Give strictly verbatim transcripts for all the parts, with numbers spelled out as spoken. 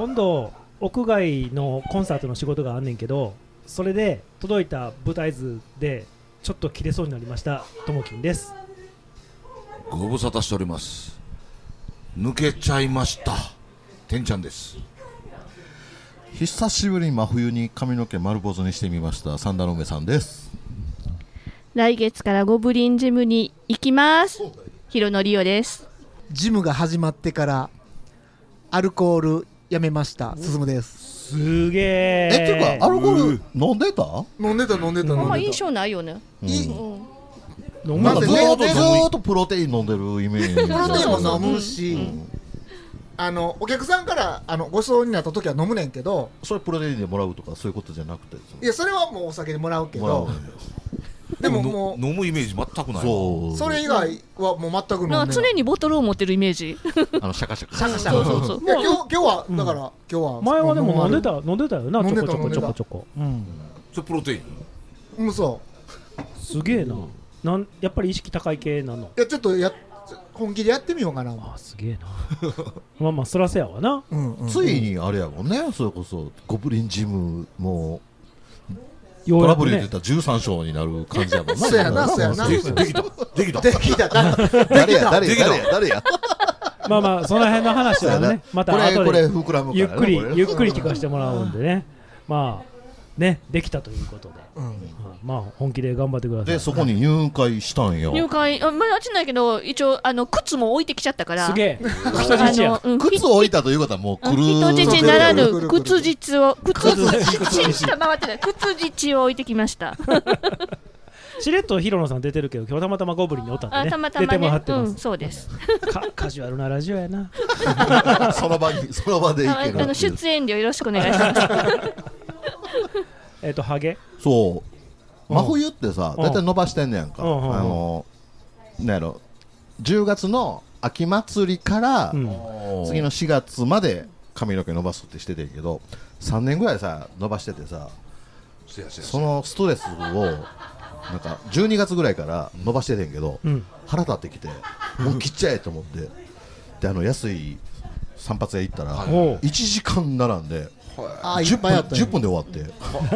今度屋外のコンサートの仕事があんねんけど、それで届いた舞台図でちょっと切れそうになりましたともきんです。 ご無沙汰しております。抜けちゃいましたてんちゃんです。 久しぶりに真冬に髪の毛丸坊主にしてみましたサンダの梅さんです。 来月からゴブリンジムに行きます。ヒロノリオです。 ジムが始まってからアルコールやめましたすずむです。 すげえ。 えっていうかアルコール飲んでた？ 飲んでた飲んでた飲んでた。 あんま印象ないよね。 うんい飲むなんかずーっとねずーっとプロテイン飲んでるイメージ。 プロテインも飲むし、 うんあのお客さんからあのご馳走になった時は飲むねんけど、 それプロテインでもらうとかそういうことじゃなくて、 いやそれはもうお酒でもらうけもらうど、でももう飲むイメージ全くない。 そうそれ以外はもう全く飲んでない。 なんか常にボトルを持ってるイメージ。 あのシャカシャカシャカシャカそうそうそう。 いや今日今日はうんだから今日は前はでも飲んでた。 た飲んでたよな、 飲んでたちょこちょこちょこちょこ。うんそれプロテイン。 うんそすげえな。なんやっぱり意識高い系なの。 う。いやちょっとや本気でやってみようかな。 あすげえな。まあまあそらせやわな。 うんうん。 ついにあれやもんね、それこそゴブリンジムもようやくねトラブルで言ったらじゅうさん章になる感じやもんな。 そうやなそうやなでできたできた。 できただ誰や誰できたや誰や誰や。 まあまあその辺の話はねまたこれこれ後で膨らむからね。 ゆっくりこれゆっくり聞かせてもらうんでね。まあねできたということで、 うんまあ本気で頑張ってください。 でそこに入会したんや。 入会あまだ落ちないけど一応あの靴も置いてきちゃったから。 すげえ。 あ人質や。 のうん靴を置いたということはもう来る。 人質ならぬくるくるくる靴実を靴靴実しか回ってない靴実を置いてきました。 しれっとヒロノさん出てるけど今日たまたまゴブリンにおったんでね。 あたまたま出てもらねってます。 うんそうです。 かカジュアルなラジオやな。 その場にその場であ行ける。 あの出演料よろしくお願いします。 えっとハゲ。 そう真冬ってさうん大体伸ばしてんねやんか。あうんうんうんのなんやろじゅうがつの秋祭りからうん。 次のしがつまで髪の毛伸ばすってしててんけどさんねんぐらいさ伸ばしててさ、 せやせやせやそのストレスをなんかじゅうにがつぐらいから伸ばしててんけど、 うん。 腹立ってきてもう切っちゃえと思ってであの安い散髪屋行ったらおういちじかん並んであーいっ 10分ぱいあったんやじゅっぷんで終わって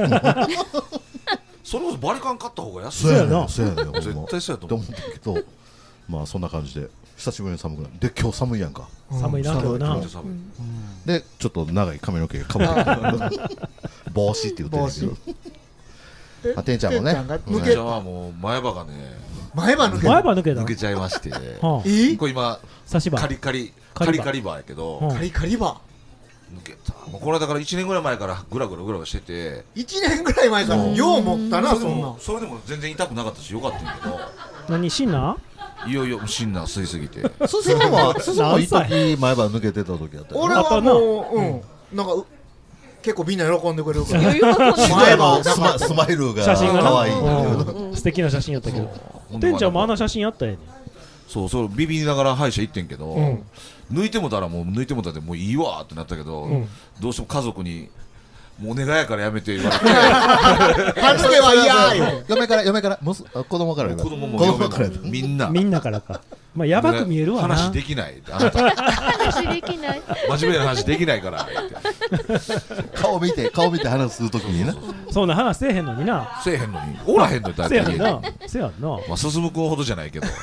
それこそバリカン買った方が安い。 そうやねそうやなんそうやねんほんま絶対そうやと思うって思ったけどまあそんな感じで久しぶりに寒くなるで今日寒いやんか寒いな今日なめっちゃ。寒い。 でちょっと長い髪の毛かぶって帽子って言ってるけどえあてんちゃんもねてんちゃんがうん抜けじゃあもう前歯がね前歯抜け前歯抜けた抜けちゃいまして。 はあえこれ今差し歯カリカリカリバカリカリバーやけどうんカリカリ歯抜けた。もうこれだからいちねんぐらい前からグラグラグラグラしてて。 いちねんぐらい前からよう持ったなそれでそんなもそれでも全然痛くなかったしよかったんやけど。 何シンナいよいよシンナー吸いすぎて。 すずもはすずも一何時前歯抜けてた時やったよ俺はもううんなんかう結構みんな喜んでくれるから余裕がこんすごい前あの歯スマスマイルが写真がな可愛いうん素敵な写真やったけどてんちゃんもあんな写真あったやねん。 そうそうビビりながら歯医者行ってんけど、 うん抜いてもたらもう抜いてもたでもういいわってなったけど、 うんどうしても家族にもうお願いやからやめて言われて歯抜けは嫌よ嫁から嫁からむすあ子供から言う子供も子供から嫁もみんなみんなからか。まあやばく見えるわな。 話できないあなた話できない。 真面目な話できないからって顔見て顔見て話するときになそんな話せえへんのにな。 せえへんのにおらへんのにだっせて家にやんな。せやんな。 まあ進むくんほどじゃないけど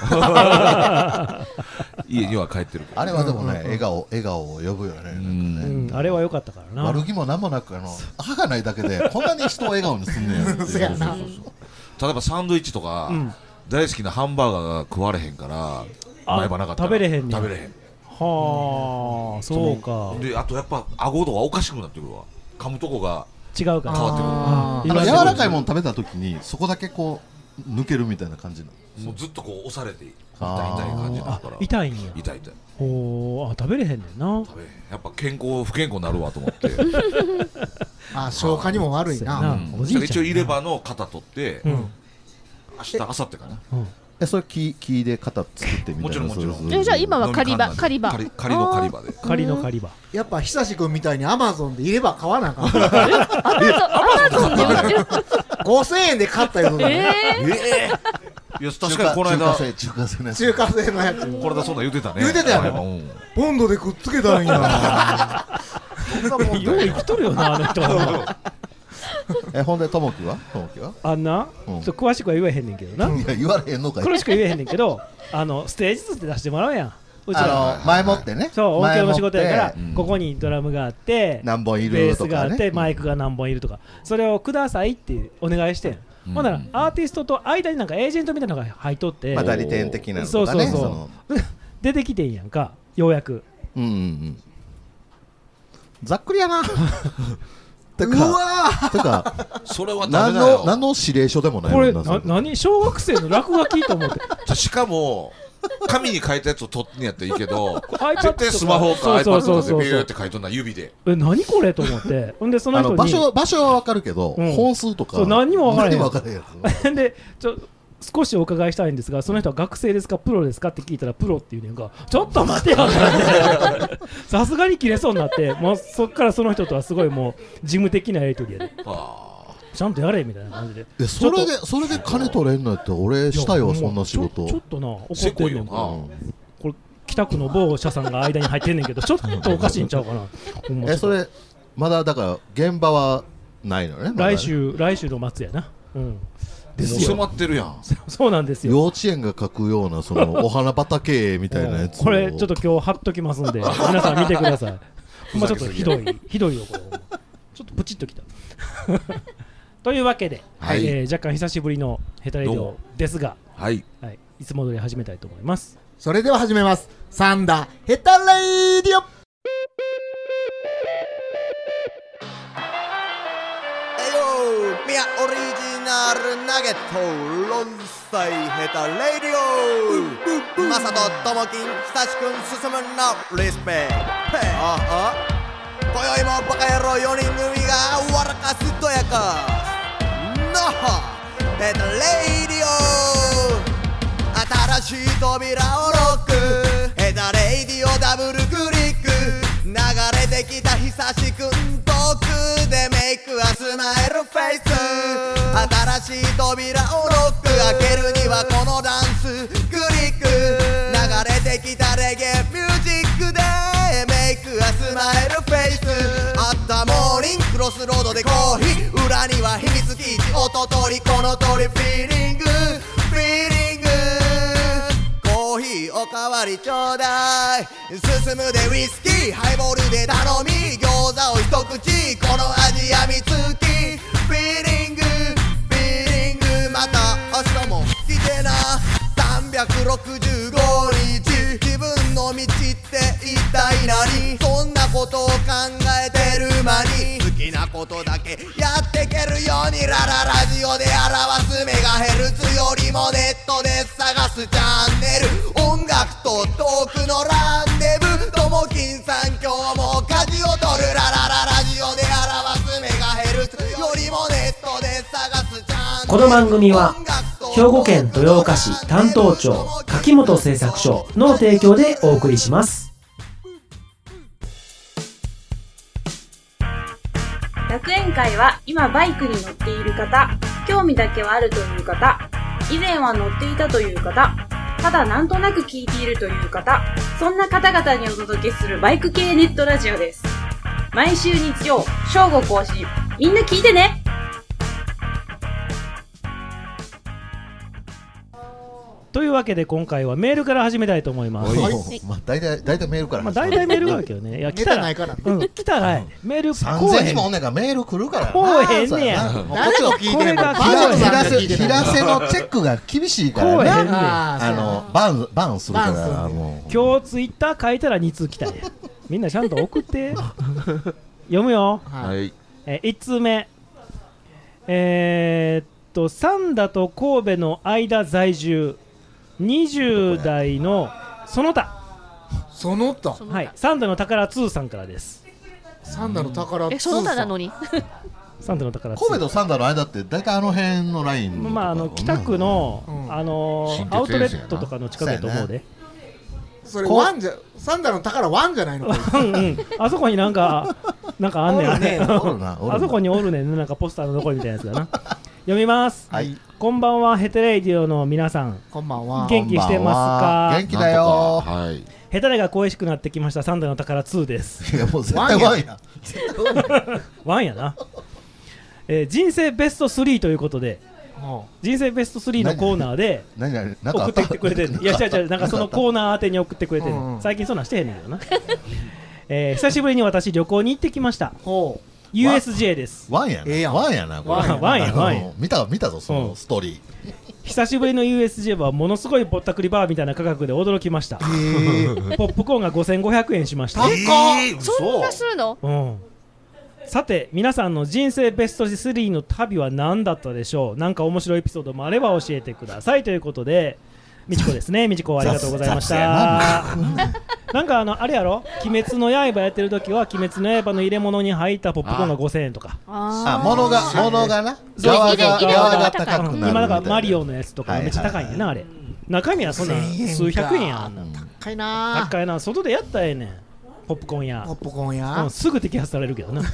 家には帰ってるけどあれはでもね笑顔笑顔を呼ぶよねううんんあれは良かったからな。 悪気も何もなくあの歯がないだけでこんなに人を笑顔にすんねんっていうそうやな例えばサンドイッチとか、 うん大好きなハンバーガーが食われへんからあ前歯なかったら食べれへんねん食べれへんはあそうか。 であとやっぱ顎とかおかしくなってくるわ噛むとこが違うから。 変わってくるああの今柔らかいもの食べたときにそこだけこう抜けるみたいな感じなのもうずっとこう押されて痛いあー痛い感じになるあから痛いんや。 痛い痛いほうあ食べれへんねんな。 食べれへんやっぱ健康不健康になるわと思ってあ消化にも悪いそうやななうんおじいちゃんだから一応入れ歯の型取って、 うん明日明後日かなうんえそれ木木で型作ってみたいなもちろんもちろんそういうえじゃあ今はカリバカリバ仮仮の仮歯で仮の仮歯。 やっぱ久しくんみたいにアマゾンで入れ歯買わなあかんアマゾンで売ってる。 ごせんえんで買ったよえええいや確かにこの間中華製中華製のやつ中華製のやつこの間そんなん言ってたね言ってたやろうんボンドでくっつけたんやそんなもんよう生きとるよなあの人はえほんでともきはともきはあんな、 うんちょっと詳しくは言えへんねんけどな、 いや言われへんのかい詳しくは言えへんねんけどあのステージ図って出してもらうやんうちらあの前もってねそう音響の仕事やから、 うんここにドラムがあって何本いベーるとかスがあって、 ねマイクが何本いるとかそれをくださいってお願いしてん、 うんほんならアーティストと間になんかエージェントみたいなのが入っとって、 まあ代理店的なのとかねそうそうそうの出てきてんやんかようやくうんうんうんざっくりやなてうかわてかそれはダ何メだよの何の指令書でもないこれもんなそな何小学生の落書きと思ってじゃしかも紙に書いたやつを取ってんやったらいいけど iPad 絶対スマホかそう iPad そうそうそうとかでビューって書いとんな指でえ何これと思ってほんでその人にあの場所場所は分かるけど、 うん本数とかそう何にも分からへん何にも分からへんやつでちょ少しお伺いしたいんですがその人は学生ですかプロですかって聞いたらプロっていうねんかちょっと待てよってさすがに切れそうになってもうそっからその人とはすごいもう事務的なやり取りやであちゃんとやれみたいな感じでえそれでそれで金取れんのやったら俺したよいやそんな仕事ちょちょっとな怒せってんねんかこいよなこれ北区の某社さんが間に入ってんねんけどちょっとおかしいんちゃうかなほんまえそれまだだから現場はないのね、まだね来週来週の末やなうんです迫よってるやんそうなんですよ幼稚園が描くようなそのお花畑みたいなやつをこれちょっと今日貼っときますんで皆さん見てくださいほんまちょっとひどいひどいよこれほんまちょっとプチッときたというわけで、 はいえー若干久しぶりのヘタレディオどうもですが、 はいはい、いつも通り始めたいと思いますそれでは始めますサンダヘタレイディオミヤオリジナルナゲットロンサイヘタレディオマサとトモキン久しくん進むのリスペクトああ今宵もバカ野郎よにん組が笑かすとやかノヘタレディオ新しい扉をロックヘタレディオダブルクリック流れてきた久しくん遠くでメイクはスマイルフェイス新しい扉をロック開けるにはこのダンスクリック流れてきたレゲエミュージックでメイクはスマイルフェイスあったモーニングクロスロードでコーヒー裏には秘密基地音取りこの通りフィーリングフィーリングコーヒーおかわりちょうだい進むでウイスキーハイボールで頼み餃子を一口この味やみつきフィーリングフィーリングまた明日も来てなさんびゃくろくじゅうごにち自分の道って一体何そんなことを考えてる間に好きなことだけやってけるようにラララジオで表すメガヘルツよりもネットで探すチャンネル音楽とトークのランデブともきんさん今日も舵を取るララララジオで表すメガヘルツよりもネットで探すチャンネルこの番組は兵庫県豊岡市担当庁柿本製作所の提供でお送りします。 楽園会は今バイクに乗っている方、興味だけはあるという方、以前は乗っていたという方、ただなんとなく聞いているという方、そんな方々にお届けするバイク系ネットラジオです。毎週日曜、正午更新。みんな聞いてね。 というわけで今回はメールから始めたいと思います。 おいまあ大体大体メールからまあ大体メールだけどね。いや来たらネタないからうん来たらメールさんこうへんぜんにんもおんねんからメール来るからなこうへんねやそうなもうこっ誰ちをも聞いてへんもんこれがバージョンさんが平瀬聞いてない平瀬のチェックが厳しいからこうへんねねあーあのバンバンするかバンするねらもう今日ツイッター書いたらに通来たんや。みんなちゃんと送って読むよ。 はいはいえいち通目えー、っと三田と神戸の間在住にじゅう代のその他、 その他はい、三田の宝通さんからです。 サンダの宝えその他なのに三田の宝通神戸とサンダの間って大体あの辺のラインのとこまああの北区の、 うんあの新ーアウトレ鉄沿線やなットとかの近くだと思うで、 それワンじゃサンダの宝ワンじゃないのこれうんうんあそこになんかなんかあんねんおるねおるなおるなあそこにおるねんなんかポスターの残りみたいなやつだな読みます、 はいこんばんはヘテレイディオの皆さんこんばんは元気してますか元気だよはいヘタレが恋しくなってきましたサンダの宝ツーです。 いやもう絶対ワンやワンやな、えー、人生ベストスリーということで人生ベストスリーのコーナーで何何なんか送ってきてくれてんねん。いや違う違うなんかそのコーナー宛てに送ってくれてんねん、うん、最近そんなんしてへんねんけどな、えー、久しぶりに私旅行に行ってきました。ユーエスジェー です。 ワンやな、ええやんワンやなこれワンワンやワンや見た見たぞそのストーリー、うん、 久しぶりの ユーエスジェー はものすごいぼったくりバーみたいな価格で驚きました。ポップコーンがごせんごひゃくえんしました。 高っ、えー、そんなするの、 うん、さて皆さんの人生ベストスリーの旅は何だったでしょう。なんか面白いエピソードもあれば教えてくださいということで、みちこですね。みちこありがとうございました。なんかあのあれやろ、鬼滅の刃やってる時は鬼滅の刃の入れ物に入ったポップコーンがごせんえんとか、 ああ物が物がな側が側が高くなる、 うん、今だからマリオのやつとかめっちゃ高いんやな、あれ中身はそんな数百円やん、 高いな高いな。外でやったらええねんポップコーンやポップコーンや、 うん、すぐ摘発されるけどな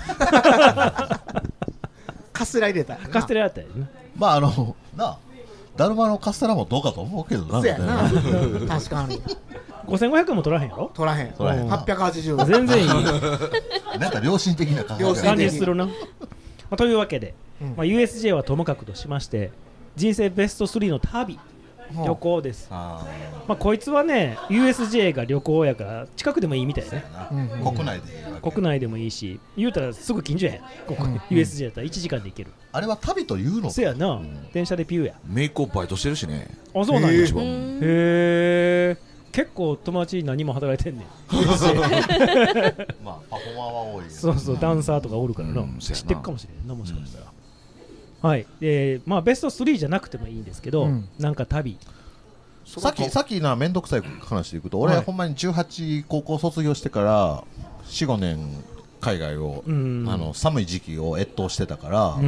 カステラ入れたカステラやったらええな。 まああのなだるまのカステラもどうかと思うけどな。 そうやな確かにごせんごひゃくえんも取らへんやろ。 取らへんはっぴゃくはちじゅうえん全然いいなんか良心的な感じするな、まあ、というわけで、うんまあ、ユーエスジェー はともかくとしまして人生ベストスリーの旅旅行です。あ、まあ、こいつはね ユーエスジェー が旅行やから近くでもいいみたいね、 うんうん、国内でいいわけ。 国内でもいいし言うたらすぐ近所やんここ、うん、ユーエスジェー やったらいちじかんで行ける。 あれは旅というのか。 そうやな、うん、電車でピューや。 メイクをバイトしてるしね。 あ、そうなんや。 一番へえ結構友達何も働いてんねんまあパフォーマーは多いよ。 そうそうダンサーとかおるからな、うん、知ってるかもしれんなもしかしたら、うん、はい。でまあベストスリーじゃなくてもいいんですけど、うん、なんか旅さっきさっきなめんどくさい話でいくと俺、はい、ほんまにじゅうはち高校卒業してからよん、ごねん海外を、うん、あの寒い時期を越冬してたから、うん、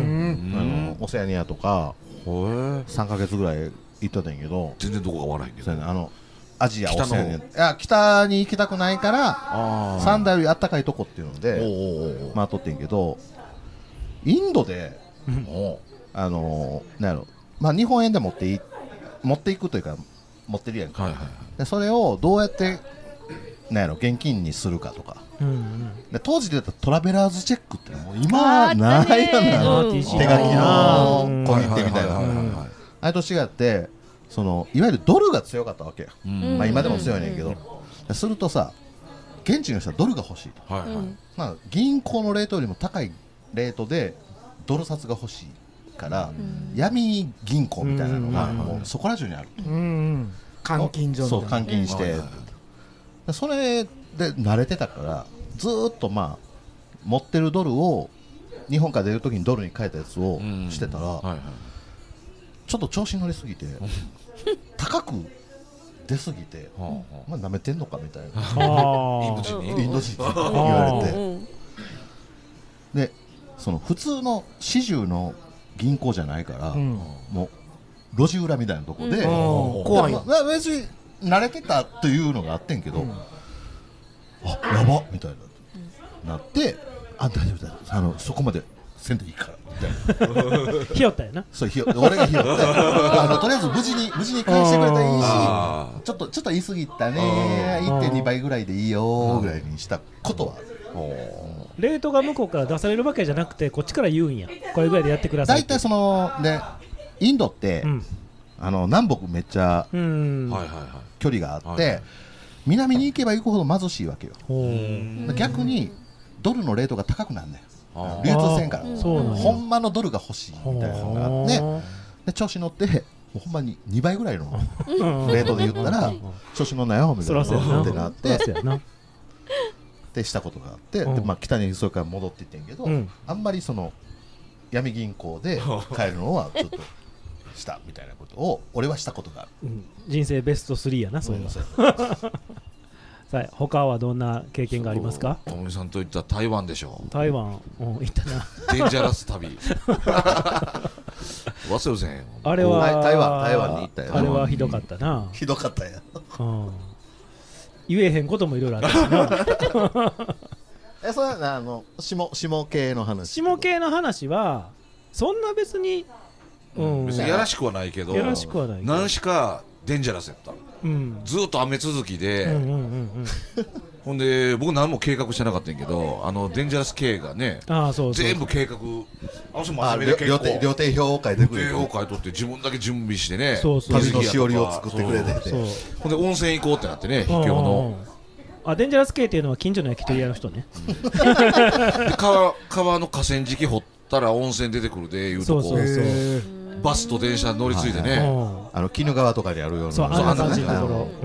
あのオセアニアとかさんかげつぐらい行ったんやけど全然どこか笑いけど、 ね、あのアジアオセアニアいや北に行きたくないから三大よりあったかいとこっていうので回っとってんけどインドで、うん、あのなんやろ、まあ、日本円で持ってい持っていくというか持ってるやんか、はいはい、でそれをどうやってなんやろ現金にするかとか、うんうん、で当時出たトラベラーズチェックってもう今ないやんな、うん、手書きの小切手みたいなあれと違ってそのいわゆるドルが強かったわけよ、うんまあ、今でも強いねんけど、うん、するとさ現地の人はドルが欲しいと、はいはいまあ、銀行のレートよりも高いレートでドル札が欲しいから、うん、闇銀行みたいなのがもうそこら中にあると、うんうん、 換金所みたいな、 そう換金して、うん、それで慣れてたからずーっとまあ持ってるドルを日本から出るときにドルに変えたやつをしてたら、うんはいはい、ちょっと調子乗りすぎて高く出すぎてお前舐めてんのかみたいなインド人にインド人に言われてでその普通の市中の銀行じゃないから、うん、もう路地裏みたいなとこで、うん、怖い、まあ、別に慣れてたというのがあってんけど、うん、あやばみたいな、なってあ大丈夫だあのそこまでせんでいいからみたいなひよったやなそうひよ俺がひよってあのとりあえず無事に無事に返してくれたらいいしちょっとちょっと言い過ぎたね いってんに 倍ぐらいでいいよぐらいにしたことはレートが向こうから出されるわけじゃなくてこっちから言うんやこれぐらいでやってください大体そのでインドって、うん、あの南北めっちゃ距離があって、はいはい、南に行けば行くほど貧しいわけよ逆にドルのレートが高くなるねん流通せんからほんまのドルが欲しいみたいなのがあってで調子乗ってほんまににばいぐらいのレートで言ったら調子乗んなよみたいなってなってでしたことがあってで、まあ、北にそれから戻っていってんけど、うん、あんまりその闇銀行で帰るのはちょっとしたみたいなことを俺はしたことがある、うん、 人生ベストスリーやなそれは、うん、さあ他はどんな経験がありますか。 ともみさんといったら台湾でしょ。 台湾、うん、行ったなデンジャラス旅忘れせんあれは台湾台湾に行ったよ。 あれはひどかったなひどかったや、うん、 言えへんこともいろいろあったしなえそれはあの下下系の話下系の話はそんな別に、 うん、別にやらしくはないけどやらしくはない何しかデンジャラスやったうん、 ずっと雨続きで、 うんうんうんうん、 ほんで僕何も計画してなかったんやけど、あのデンジャラス K がね、 あそうそう全部計画、あの人真面目で結構料亭表を書いてくれて、 料亭表を書いとって自分だけ準備してね、 そうそう旅のしおりを作ってくれてて、 ほんで温泉行こうってなってね、秘境の。 あ、デンジャラス K っていうのは近所の焼き鳥屋の人ね。 で川川の河川敷掘ったら温泉出てくるでいうとこ、そうそうそう、バスと電車乗り継いでね、はいはい、 あの鬼怒川とかにあるような、 そうあんな感じのところ、 うん、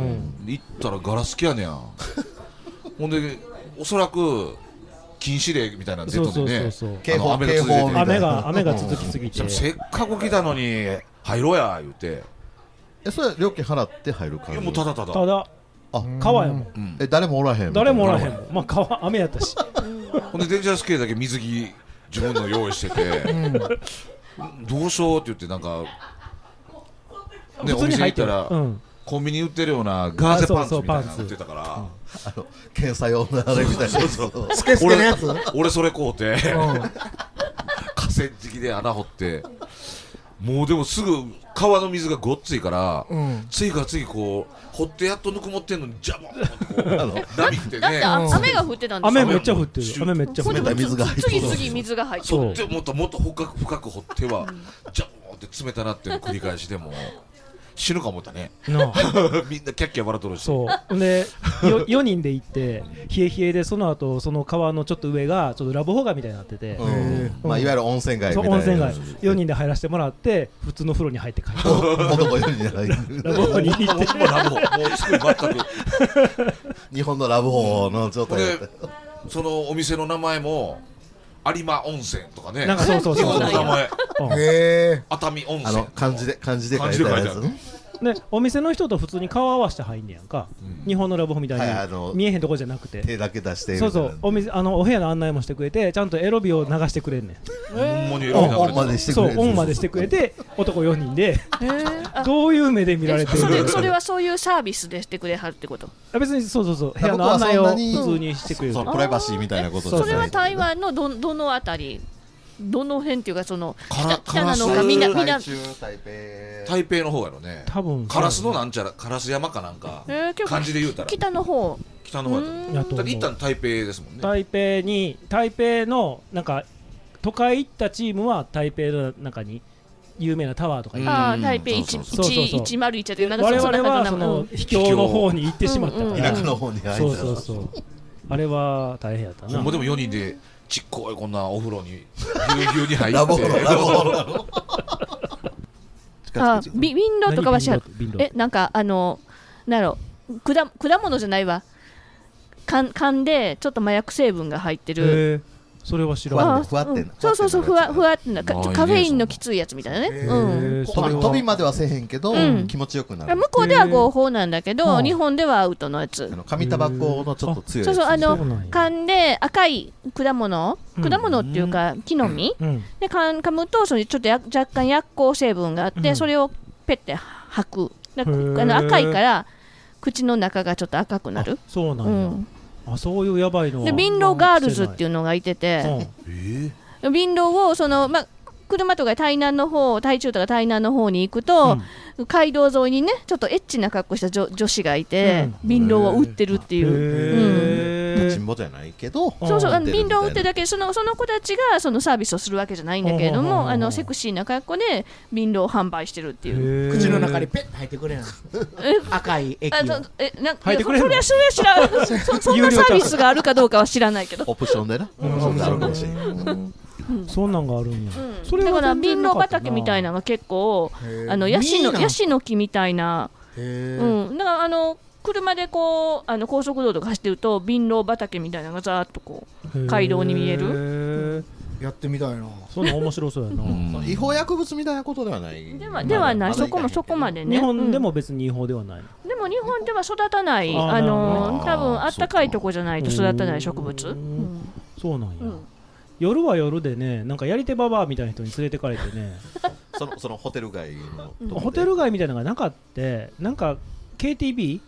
行ったらガラスきやねんほんでおそらく禁止令みたいなの出とんでね、 警報雨が続いて雨が雨が続きすぎて、 うん、せっかく来たのに入ろうや言うて、 えそれ料金払って入る感じ？いやもうただただただあ川やもん、 うん、え誰もおらへん誰もおらへんもん、まあ川雨やったしほんでデンジャラス系だけ水着自分の用意してて、うん、どうしようって言ってなんか、ね、お店行ったら、うん、コンビニ売ってるようなガーゼパンツみたいなの売ってたから、うん、あの検査用のあれみたいなそうそうスケスケのやつ俺, 俺それ買うて、うん、河川敷で穴掘ってもうでもすぐ川の水がごっついから、うん、次から次こう掘ってやっとぬくもってんのにジャボーンってこう波ってね、 だって雨が降ってたんですよ。雨めっちゃ降ってる。雨めっちゃ降ってる。 水が入ってる。 次々水が入ってる。 でもっともっと深く深く掘っては、うん、ジャボーンって冷たなってる繰り返しでも死ぬか思ったね。No. みんなキャッキャ笑っとるし。 そうでよよにんで行って冷え冷えでその後その川のちょっと上がちょっとラブホガみたいになってて、 うんうんまあ、いわゆる温泉街みたいな。 温泉街よにんで入らせてもらって普通の風呂に入って帰る。 男よにんで入る。 ラブホに行って。 ほんまラブホ。もう作り全く。 日本のラブホのちょっと。 そのお店の名前も。有馬温泉とかね。 なんかそうそうそう。 日本の名前。 へえ。 熱海温泉。 あの漢字で漢字で書いてあるやつ。 ね、お店の人と普通に顔合わせて入んねやんか、うん、日本のラブホみたいに、はい、あの見えへんとこじゃなくて手だけ出してそうそうお店あのお部屋の案内もしてくれてちゃんとエロビを流してくれんねん。 ほんまにエロビオンまでしてくれる。 そうオンまでしてくれて男よにんでどういう目で見られてるそれそれはそういうサービスでしてくれはるってこと？ 別にそうそうそう部屋の案内を普通にしてくれる。 そうプライバシーみたいなことそれは台湾のどどのあたりどの辺っていうかその北, 北なのか南南台北の方やろね。 多分カラスのなんちゃらカラス山かなんか、えー、漢字で言うたら北の方北の方やと一旦台北ですもんね。 台北に台北のなんか都会行ったチームは台北の中に有名なタワーとかああ台北いちまるいちって我々はその秘境の方に行ってしまったから田舎の方に入った。 そうそうそうあれは大変やったな。 ほんまでもよにんでちっこいこんなお風呂にぎゅうぎゅうに入ってラボラボあビビンロとかはしゃえなんかあのなんやろ果果物じゃないわ缶缶でちょっと麻薬成分が入ってる。 それは知らない。 ふわってんそうそうそうふわふわってなカフェインのきついやつみたいなね。うん飛びまではせえへんけど気持ちよくなる。 向こうでは合法なんだけど日本ではアウトのやつ。 紙タバコのちょっと強いやつ。 そうそうあの缶で赤い果物果物っていうか木の実で噛むとそれちょっとや若干薬効成分があってそれをペッて吐く。あの赤いから口の中がちょっと赤くなる。 そうなんや。あそういうやばいのはでビンローガールズっていうのがいてて、うん、ビンローをその、ま、車とか台南の方台中とか台南の方に行くと、うん、街道沿いにねちょっとエッチな格好した女、女子がいて、うん、ビンローを売ってるっていう立ちんぼじゃないけどそうそうビンローを売ってるだけその、その子たちがそのサービスをするわけじゃないんだけれどもあのセクシーな格好でビンローを販売してるっていう口の中にペッと入ってくれない赤い液をえな入ってくれるそれはそれは知らん そ, そんなサービスがあるかどうかは知らないけどオプションでなそんなあるかもしれないうん、そんなんがあるんや、 うん、それだからビンロー畑みたいなのが結構あのヤシのヤシの木みたいな、うん、だからあの車でこうあの高速道路が走ってるとビンロー畑みたいなのがざーっとこう街道に見える、 うん、やってみたいなそんな面白そうやな、うん、 違法薬物みたいなことではないでは、ではないそこもそこまでね日本でも別に違法ではない、 うん、でも日本では育たないあの多分あったかいとこじゃないと育たない植物、うん、 そうなんや、うん夜は夜でねなんかやり手ババアみたいな人に連れてかれてねそのそのホテル街のホテル街みたいなのがなかってなんか ケーティービー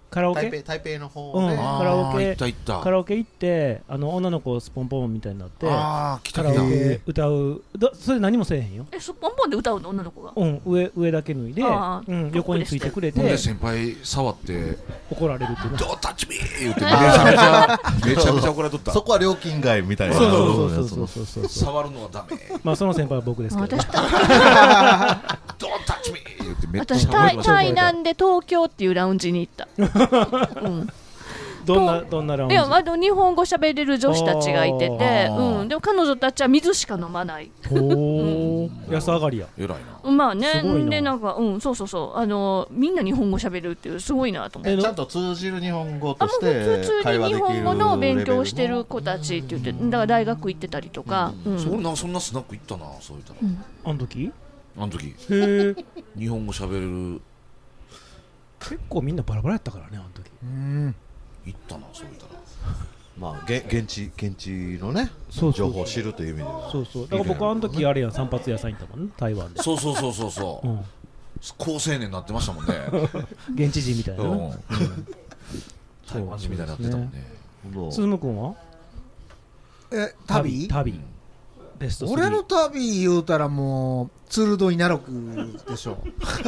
カラオケ台北台北の方うん、 で、 カラオケ行った行ったカラオケ行ってあの女の子スポンポンみたいになってあー来たカラオ来たケ歌うだそれ何もせえへんよえ、すっぽんぽんで歌うの女の子が。 うん上上だけ脱いで、 あーうん、横についてくれほんでて先輩触って怒られるっていう 「 なドータッチミー!」言ってめちゃめちゃめちゃめちゃ怒られとったそこは料金外みたいな。 そうそうそうそうそうそうそう触るのはダメまあその先輩は僕ですけど、ね、 私、 「ドータッチミー!」言ってめっちゃ私、 怒られました台南で東京っていうラウンジに行った。うんどんなどんなラウンジでも、割と日本語喋れる女子たちがいてて、 あーうん、でも彼女たちは水しか飲まない。 おー安上がりや偉いなまあねすごいな、 で、なんか、うん、そうそうそう、あのみんな日本語喋れるっていう、すごいなと思って。 ちゃんと通じる日本語あ、もうとして普通会話できるに日本語の勉強してる子たちって言って、だから大学行ってたりとか、うんそんなそんなスナック行ったなそう言ったらあの時あの時へえ日本語喋れる結構みんなバラバラやったからねあの時うん行ったなそう言ったらまあげ現地現地のねそうそう情報を知るという意味ではそうそうだから僕あの時あれやん散髪屋さん行ったもんね台湾で、 そうそうそうそうそううん高青年になってましたもんね現地人みたいなうなん台湾人みたいになってたもんねどう鈴木君はえ旅旅ベストスリー俺の旅言うたらもう鶴戸稲六でしょ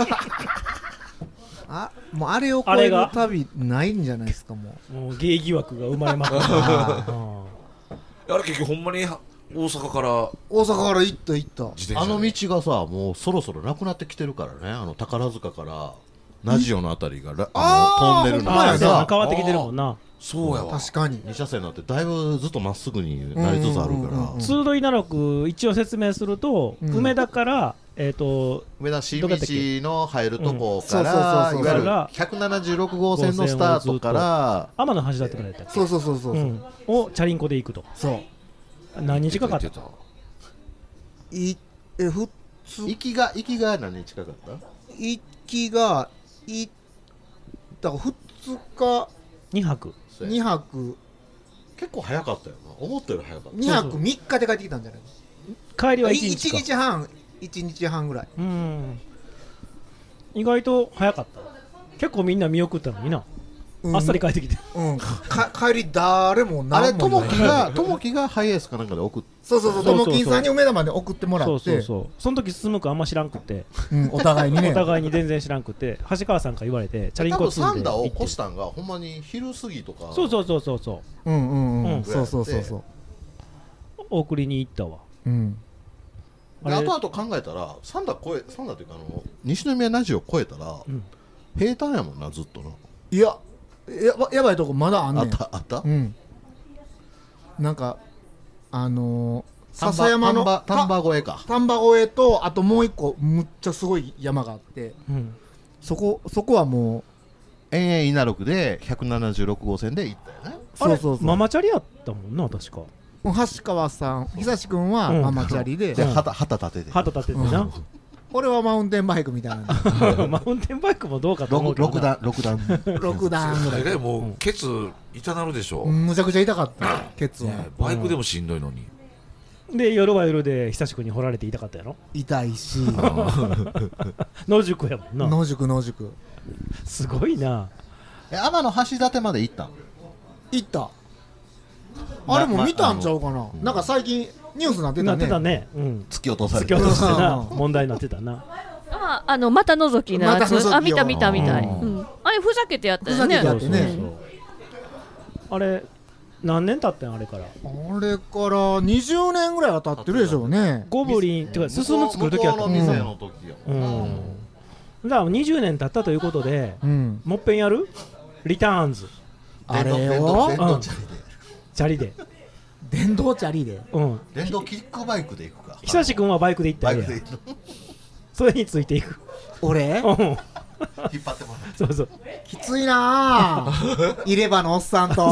あもうあれを超えるあれが旅ないんじゃないですかももうゲイ疑惑が生まれまくるああれ結局ほんまに大阪からう大阪から行った行った自転車であの道がさもうそろそろなくなってきてるからねあの宝塚からナジオのあたりがらあのトンネルのあーそうやなさ変わってきてるもんなそうやわ確かにに車線になってだいぶずっとまっすぐになりつつあるうんうんうんからうん通路稲六一応説明すると、 うん梅田からえっ、と梅田新道の入るとこかうんらそうそうそうそういわゆるがひゃくななじゅうろく号線のスタートから天橋立からやったっけそうそうそうそうそう、 うん、をチャリンコで行くとそう何日かかった言っていえふつ行きが行きが何日かかった行きがいだからふつかにはくそうやにはく結構早かったよな思ったより早かったにはくみっかで帰ってきたんじゃない帰りはいちいにちかいちにちはんいちにちはんぐらいうん意外と早かった結構みんな見送ったのにな、 うんあっさり帰ってきてうんか帰り誰もあれ何もともきがともきがハイエースかなんかで送っそうそうそうそうそうそうともきんさんに梅田まで送ってもらってそうそうそうその時進むくあんま知らんくって、 うんお互いにねお互いに全然知らんくって橋川さんから言われてチャリン多コ積分サンダんで行ってを越したんがほんまに昼過ぎとかそうそうそうそうそううんうんううんんそうそうそうそう送りに行ったわうんであれ後々考えたらサンダ越えサンダというかあの西宮ナジを越えたら、 うん平坦やもんなずっとないややばやばいとこまだあんねあんったあったうんなんかあのー、 丹波笹山の丹波丹波越えか丹波越えとあともう一個むっちゃすごい山があってうんそこそこはも延々稲六でひゃくななじゅうろく号線で行ったよねうあれそうそうそうママチャリやったもんな確か橋川さん久し君はうんママチャリで、 うんで旗旗立てて旗立ててな、 俺はマウンテンバイクみたいなのマウンテンバイクもどうかと思う六けどな六段六段ろく段ぐらい、 大概もうケツ痛なるでしょむちゃくちゃ痛かったケツは、 ねバイクでもしんどいのにで夜は夜で久しくに掘られて痛かったやろ痛いし野宿やもんな野宿野宿すごいなえ天の橋立まで行ったん行ったあれも見たんちゃうかな、なんか最近ニュースなってたねなってたねうん突き落とされて突き落としてなうん問題になってたなああのまた覗きのやつ、 また覗きをあ見た見た見たい、 うんうんあれふざけてやったよふざけねてやってねそうそうそうあれ何年経ってんあれからあれからにじゅうねんぐらいは経ってるでしょうねゴブリンっていうか進む作る時やった向こうの店の時やうもんな、 んだからにじゅうねん経ったということでうんもっぺんやるリターンズあれ電動を電動チャリでチャリで電動チャリでうん電動キックバイクで行くか久し君はバイクで行ったバらええやんイクで行くのそれについていく俺うん引っ張ってもらそうそうきついなあ入れ歯のおっさんと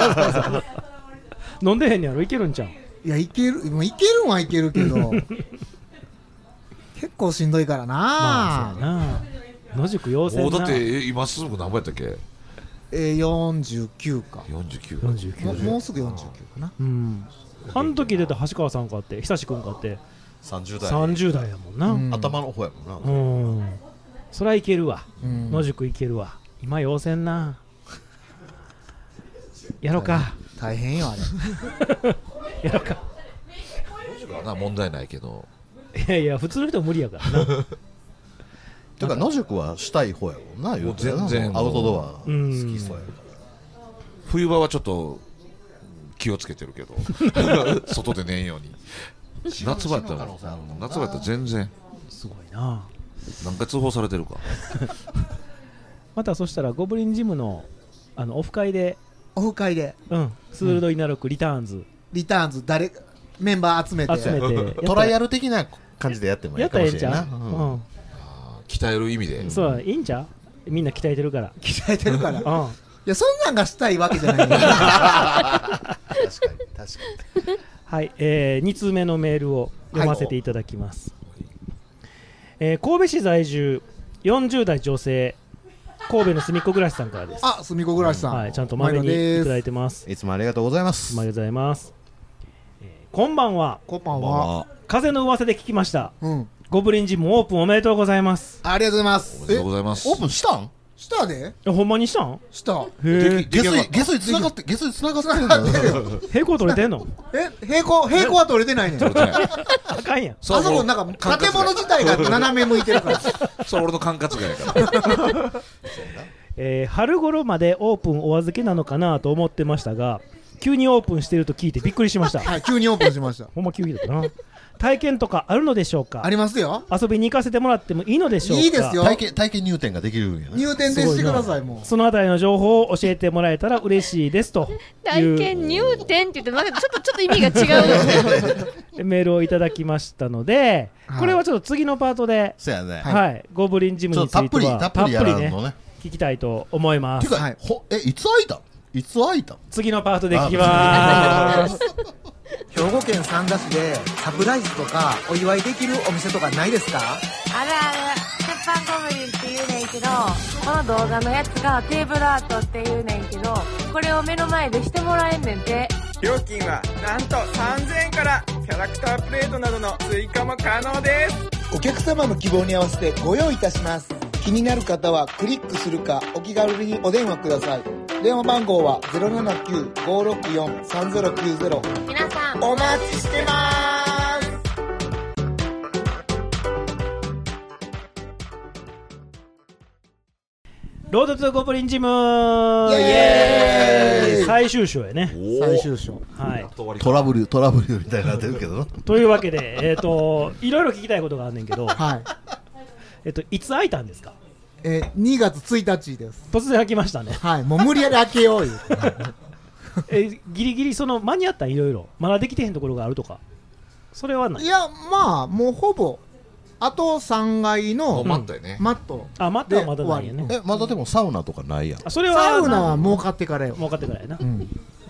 飲んでへんねやろいけるんちゃういやいけるもういけるんはいけるけど結構しんどいからな、 まあそうやな野宿要請なもうだってえ今すぐ何ぼやったっけえー、よんじゅうきゅうかよんじゅうきゅうよんじゅうきゅうももうすぐよんじゅうきゅうかなうんあの時出た橋川さんかって久し君かってさんじゅう代さんじゅう代やもんなうん頭の方やもんな、 うんそりゃいけるわうん野宿いけるわ今要請なやろうか。 大変よあれやろうか。 な問題ないけど、 いやいや普通の人は無理やからな。 てか野宿はしたい方やもんな。 もう全然アウトドア好きそうやから。 冬場はちょっと気をつけてるけど外で寝んように。夏場やったら夏場やったら全然すごいな。 何回通報されてるか。 またそしたらゴブリンジムのあのオフ会でオフ会でうん鋭いなろくリターンズリターンズ誰メンバー集めて集めてトライアル的な感じでやってもいいかもしれないな。 やったらええんちゃう、うん、 鍛える意味で、 うん、そういいんちゃう。みんな鍛えてるから鍛えてるから、うん、いやそんなんがしたいわけじゃない確かに確かにはい、えー、に通目のメールを読ませていただきます、はいえー、神戸市在住よんじゅう代女性神戸のすみっこ暮らしさんからです。 あ、すみっこ暮らしさん、 はい、ちゃんとまめにいただいてます。 いつもありがとうございます。 ありがとうございます、えー、こんばんは。 こんばんは。 風の噂で聞きました、 うん、 ゴブリンジムオープンおめでとうございます。 ありがとうございます。 おめでとうございます。 オープンしたんしたでほんまにしたんしたへ下水下水つながって下水つながってんだよ。 平行取れてんの。 え平行平行は取れてないねん。 あかんやん。 あそこなんか建物自体が斜め向いてるからそれ俺の管轄外やからえー、春頃までオープンお預けなのかなと思ってましたが急にオープンしてると聞いてびっくりしました。 はい、急にオープンしましたほんま急にだったな。体験とかあるのでしょうか。 ありますよ。 遊びに行かせてもらってもいいのでしょうか。 いいですよ。 体験体験入店ができるんやな。 入店でしてください。もうそのあたりの情報を教えてもらえたら嬉しいですという体験入店って言ってなんかちょっとちょっと意味が違うメールをいただきましたので、はい、これはちょっと次のパートでそうやね、 はい、ゴブリンジムについてはたっぷりたっぷりやらんのね聞きたいと思います。 てか、はい、ほえいつ開いたいつ開いた次のパートで聞きまーす。 兵庫県三田市でサプライズとかお祝いできるお店とかないですか？ あるある、鉄板ゴブリンって言うねんけど、この動画のやつがテーブルアートって言うねんけど、これを目の前でしてもらえんねんて。 料金はなんとさんぜんえんから、キャラクタープレートなどの追加も可能です。 お客様の希望に合わせてご用意いたします。気になる方はクリックするかお気軽にお電話ください。電話番号は ゼロななきゅう ごろくよん さんゼロきゅうゼロ。 皆さんお待ちしてまーす。 ロードトゥゴブリンジムイエーイ最終章やね。 最終章、 はい、 トラブルトラブルみたいになってるけどというわけで、えーといろいろ聞きたいことがあんねんけど、 はいえっと、いつ開いたんですか？ えー、にがつついたちです。 突然開きましたね。 はい、もう無理やり開けようよえー、ギリギリその間に合ったんいろいろまだできてへんところがあるとかそれはない？ いやまあもうほぼあとさんがいのマットやね。 マットあマットはまだないよね。 えまだでもサウナとかないやん。 あそれはサウナは儲かってからよ。 儲かってからやな、 うん、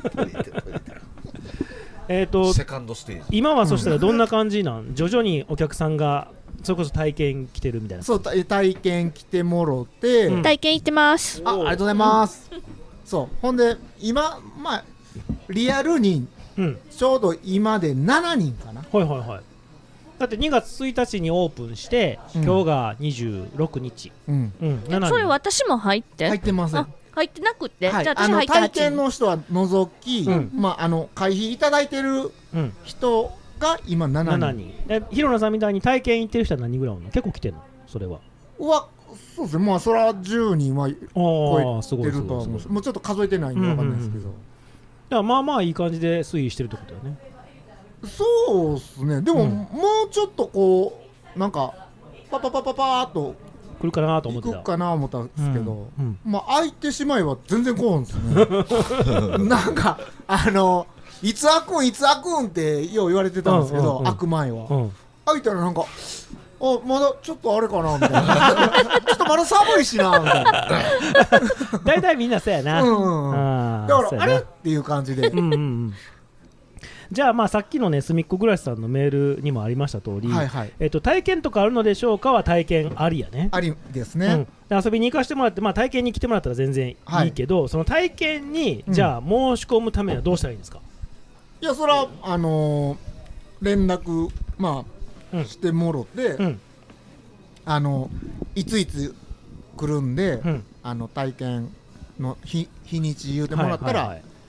えっとセカンドステージ今はそしたらどんな感じなん、うん、徐々にお客さんがそれこそ体験来てるみたいな。 そう体験来てもろて、 うん、体験行ってます。 あありがとうございます、うん、そうほんで今まあリアルにちょうど今でしちにんかな、 はいはいはい。だってにがつついたちにオープンして、うん、今日がにじゅうろくにち、 うんうん、しちにん。 それ私も入って入ってません。 入ってなくて、 はい、 じゃあ私入ってあの体験の人は除き、 うん、 まああの会費いただいてる人が今しちにん。 しちにん。え広野さんみたいに体験行ってる人は何人ぐらいおるの？結構来てんの？それは。 うわ、そうですね。まあそらじゅうにんは超えてるとは思う。もうちょっと数えてないんでわかんないですけど。うんうんうん、だからまあまあいい感じで推移してるってことだよね。 そうですね。でも、うん、もうちょっとこうなんかパパパパパーっと来るかなと思ってた。 行くかな思ったんですけど、 うんうん、 まあ開いてしまえば全然来んですね。なんかあのいつ開くんいつ開くんってよう言われてたんですけど、うんうんうん、開く前は、うん、開いたらなんかあまだちょっとあれかなみたいなちょっとまだ寒いしなみたいな大体みんなそうやな、 うんうん、だからあれっていう感じでうんうん、うんじゃあまあさっきのねすみっこ暮らしさんのメールにもありました通り、 はいはいえー、と体験とかあるのでしょうかは体験ありやね。 ありですね、 うん、遊びに行かせてもらって、まあ、体験に来てもらったら全然いいけど、はい、その体験にじゃあ申し込むためにはどうしたらいいんですか？ いやそれはあのー、連絡まあ、うん、してもろて、うん、あのいついつ来るんで、うん、あの体験の日日にち言うてもらったら、はいはいはい、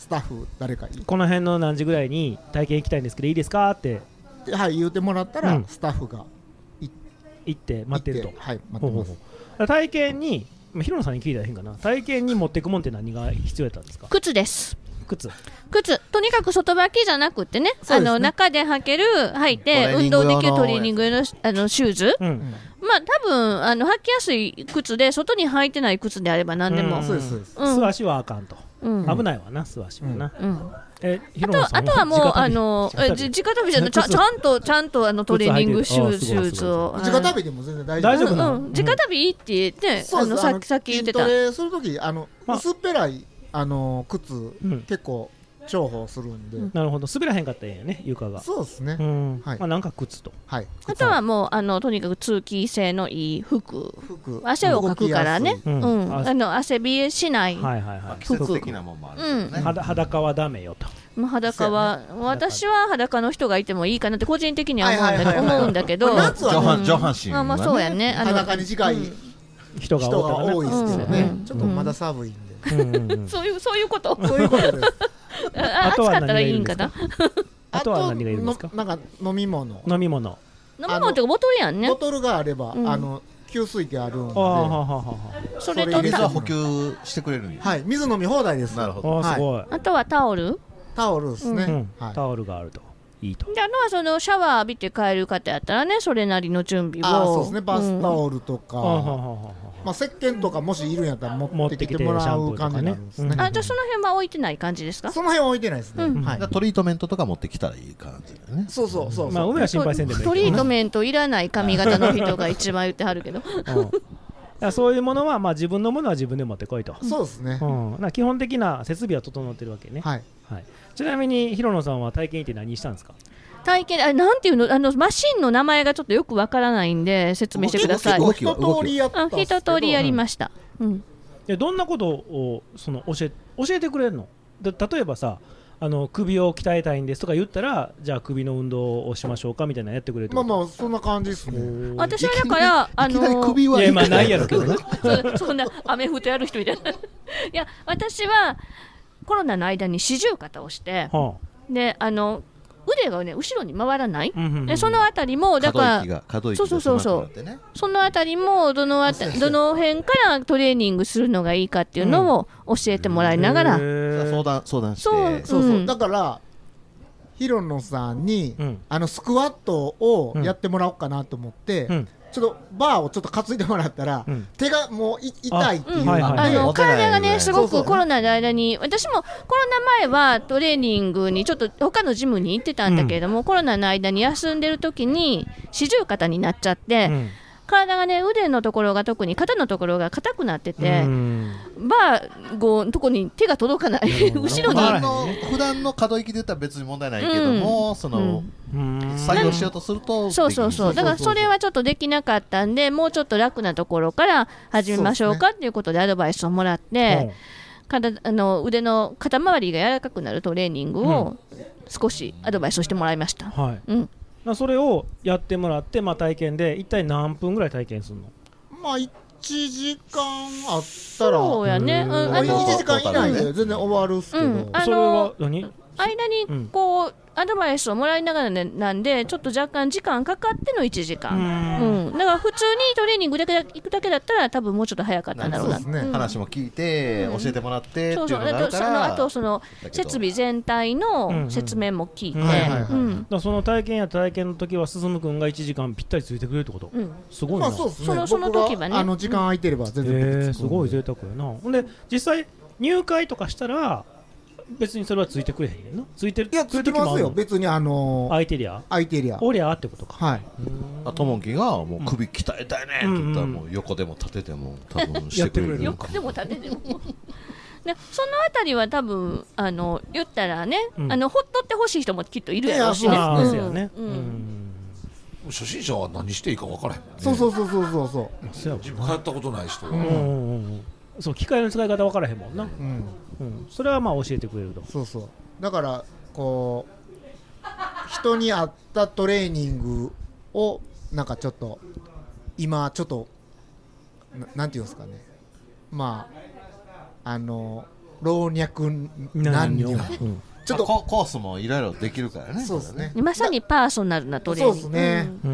スタッフ誰かこの辺の何時ぐらいに体験行きたいんですけどいいですかってはい言うてもらったら、うん、スタッフが行って待ってると。 はい待ってます。ほうほうほう体験に広野さんに聞いたらへんかな。体験に持っていくもんって何が必要やったんですか？ 靴です。 靴靴とにかく外履きじゃなくて ね, ねあの中で履ける履いて運動できるトレーニングのあのシューズ、うん、まあ多分あの履きやすい靴で外に履いてない靴であれば何でも、 そうですそうです、 うん、素足はあかんと、うん、危ないわな素足はな、うんうんえあとあとはもうあの直旅じゃないちゃちゃんとちゃんとあのトレーニングシューズを直旅でも全然大丈夫なの。 直旅いいって言ってあのさっきさっき言ってた。 筋トレするときあの薄っぺらいあの靴結構重宝するんで、 なるほど滑らへんかったらええんやね床が。 そうですね、 うんはいまあ、なんか靴と、 はい、 あとはもうあのとにかく通気性のいい服汗をかくからね、うんうん、あの汗びえしない服、 はいはいはい、季節的なもんもあるけどね、 うん、裸はダメよと。 まあ、裸は、ね、私は裸の人がいてもいいかなって個人的には思うんだけど、思うんだけど上半上半身は、 ね、まあそうやねあの裸に近い人が多いですけどね、ちょっとまだ寒いんで、 うんうん、そういうそういうことそういうことですあ暑かったらいいんかな。 あとは何がいるんですか？ なんか飲み物飲み物飲み物ってボトルやんね。 ボトルがあれば、うん、あの給水器あるんで、 それと水は補給してくれるんや。 はい、水飲み放題です。 なるほど、 あすごい。 あとはタオルタオルですね、うんはい、タオルがあるといいと。 であとはそのシャワー浴びて帰る方やったらねそれなりの準備を。 あそうですね、バスタオルとか、うんまあ、石鹸とかもしいるんやったら持ってきてもらう感じになるんですね。 あじゃあその辺は置いてない感じですか？ その辺は置いてないですね、うんはい、 トリートメントとか持ってきたらいい感じだよね。 そうそうそうそう、 まあ、梅は心配せんでもいいけど、 トリートメントいらない髪型の人が一番言ってはるけどうん、そういうものは、まあ、自分のものは自分で持ってこいと。 そうですね、 うん、な基本的な設備は整ってるわけね、 はいはい、ちなみに広野さんは体験行って何したんですか？ 体験あなんていうのあのマシンの名前がちょっとよくわからないんで説明してください。 一通りやったんですけど、 一通りやりました、うん、 でどんなことをその教え、教えてくれるの？で例えばさあの首を鍛えたいんですとか言ったらじゃあ首の運動をしましょうかみたいなのやってくれる。 まあまあそんな感じですね。 私はだからあのー、首はいやまあないやろけどねそ, そんなアメフトやる人みたいないや私はコロナの間に四十肩をして、はあ、であの腕がね後ろに回らない、うんうんうん、でそのあたりもだからそうそうそうそうそのあたりもどのあたどの辺からトレーニングするのがいいかっていうのを教えてもらいながら、うん、 相談相談してそうそうそう、うん、だから広野さんに、うん、あのスクワットをやってもらおうかなと思って、うん、ちょっとバーをちょっと担いでもらったら、うん、手がもうい痛いっていう、 あ、うん、あの体がねすごくコロナの間に私もコロナ前はトレーニングにちょっと他のジムに行ってたんだけれども、うん、コロナの間に休んでる時に四十肩になっちゃって、うん体がね腕のところが特に肩のところが硬くなっててバーゴのとこに手が届かない後ろにあの普段の可動域で言ったら別に問題ないけども、うん、その、うん、作業しようとするとそうそうそうだからそれはちょっとできなかったんでもうちょっと楽なところから始めましょうかっていうことでアドバイスをもらって、体あの腕の肩周りが柔らかくなるトレーニングを少しアドバイスをしてもらいました、 はいうんそれをやってもらって、まあ、体験で一体何分ぐらい体験するの？ まあいちじかんあったらそうやね、うん、あのいちじかん以内で全然終わるっすけど、うん、 それは何？ 間にこう、うん、アドバイスをもらいながら、ね、なんでちょっと若干時間かかってのいちじかん、うんうん、だから普通にトレーニングだけ行くだけだったら多分もうちょっと早かったんだろうな、 そうですね、うん、話も聞いて、うん、教えてもらってっていうのがあるから、 そうそうあとその設備全体の説明も聞いてその体験や体験の時は進君がいちじかんぴったりついてくれるってこと、うん、すごいな、 まあそうですね、 その、その時はねあの時間空いてれば全然、 えー、すごい贅沢やな。ほんで実際入会とかしたら別にそれはついてくれへんねんの？ついてる？ いやついてますよ別にあのー、 空いてりゃ空いてりゃおりゃってことか。 はい。あともんきがもう首鍛えたいねって言ったらもう横でも立てても多分してくれる。 横でも立てても。でそのあたりは多分あの言ったらね、うん、あのほっとってほしい人もきっといるやろうしね。 あそうやね。うんうん初心者は何していいか分からへん、ね、 そうそうそうそうそうそう自分やったことない人は、うんうんうん、そう機械の使い方分からへんもんな、うんうん、それはまあ教えてくれると。 そうそうだからこう人に合ったトレーニングをなんかちょっと今ちょっと な, なんていうんですかねまああの老若男女、 ちょっとコースもいろいろできるからね。 そうですね。 まさにパーソナルなトレーニング。 そうですね。 うん。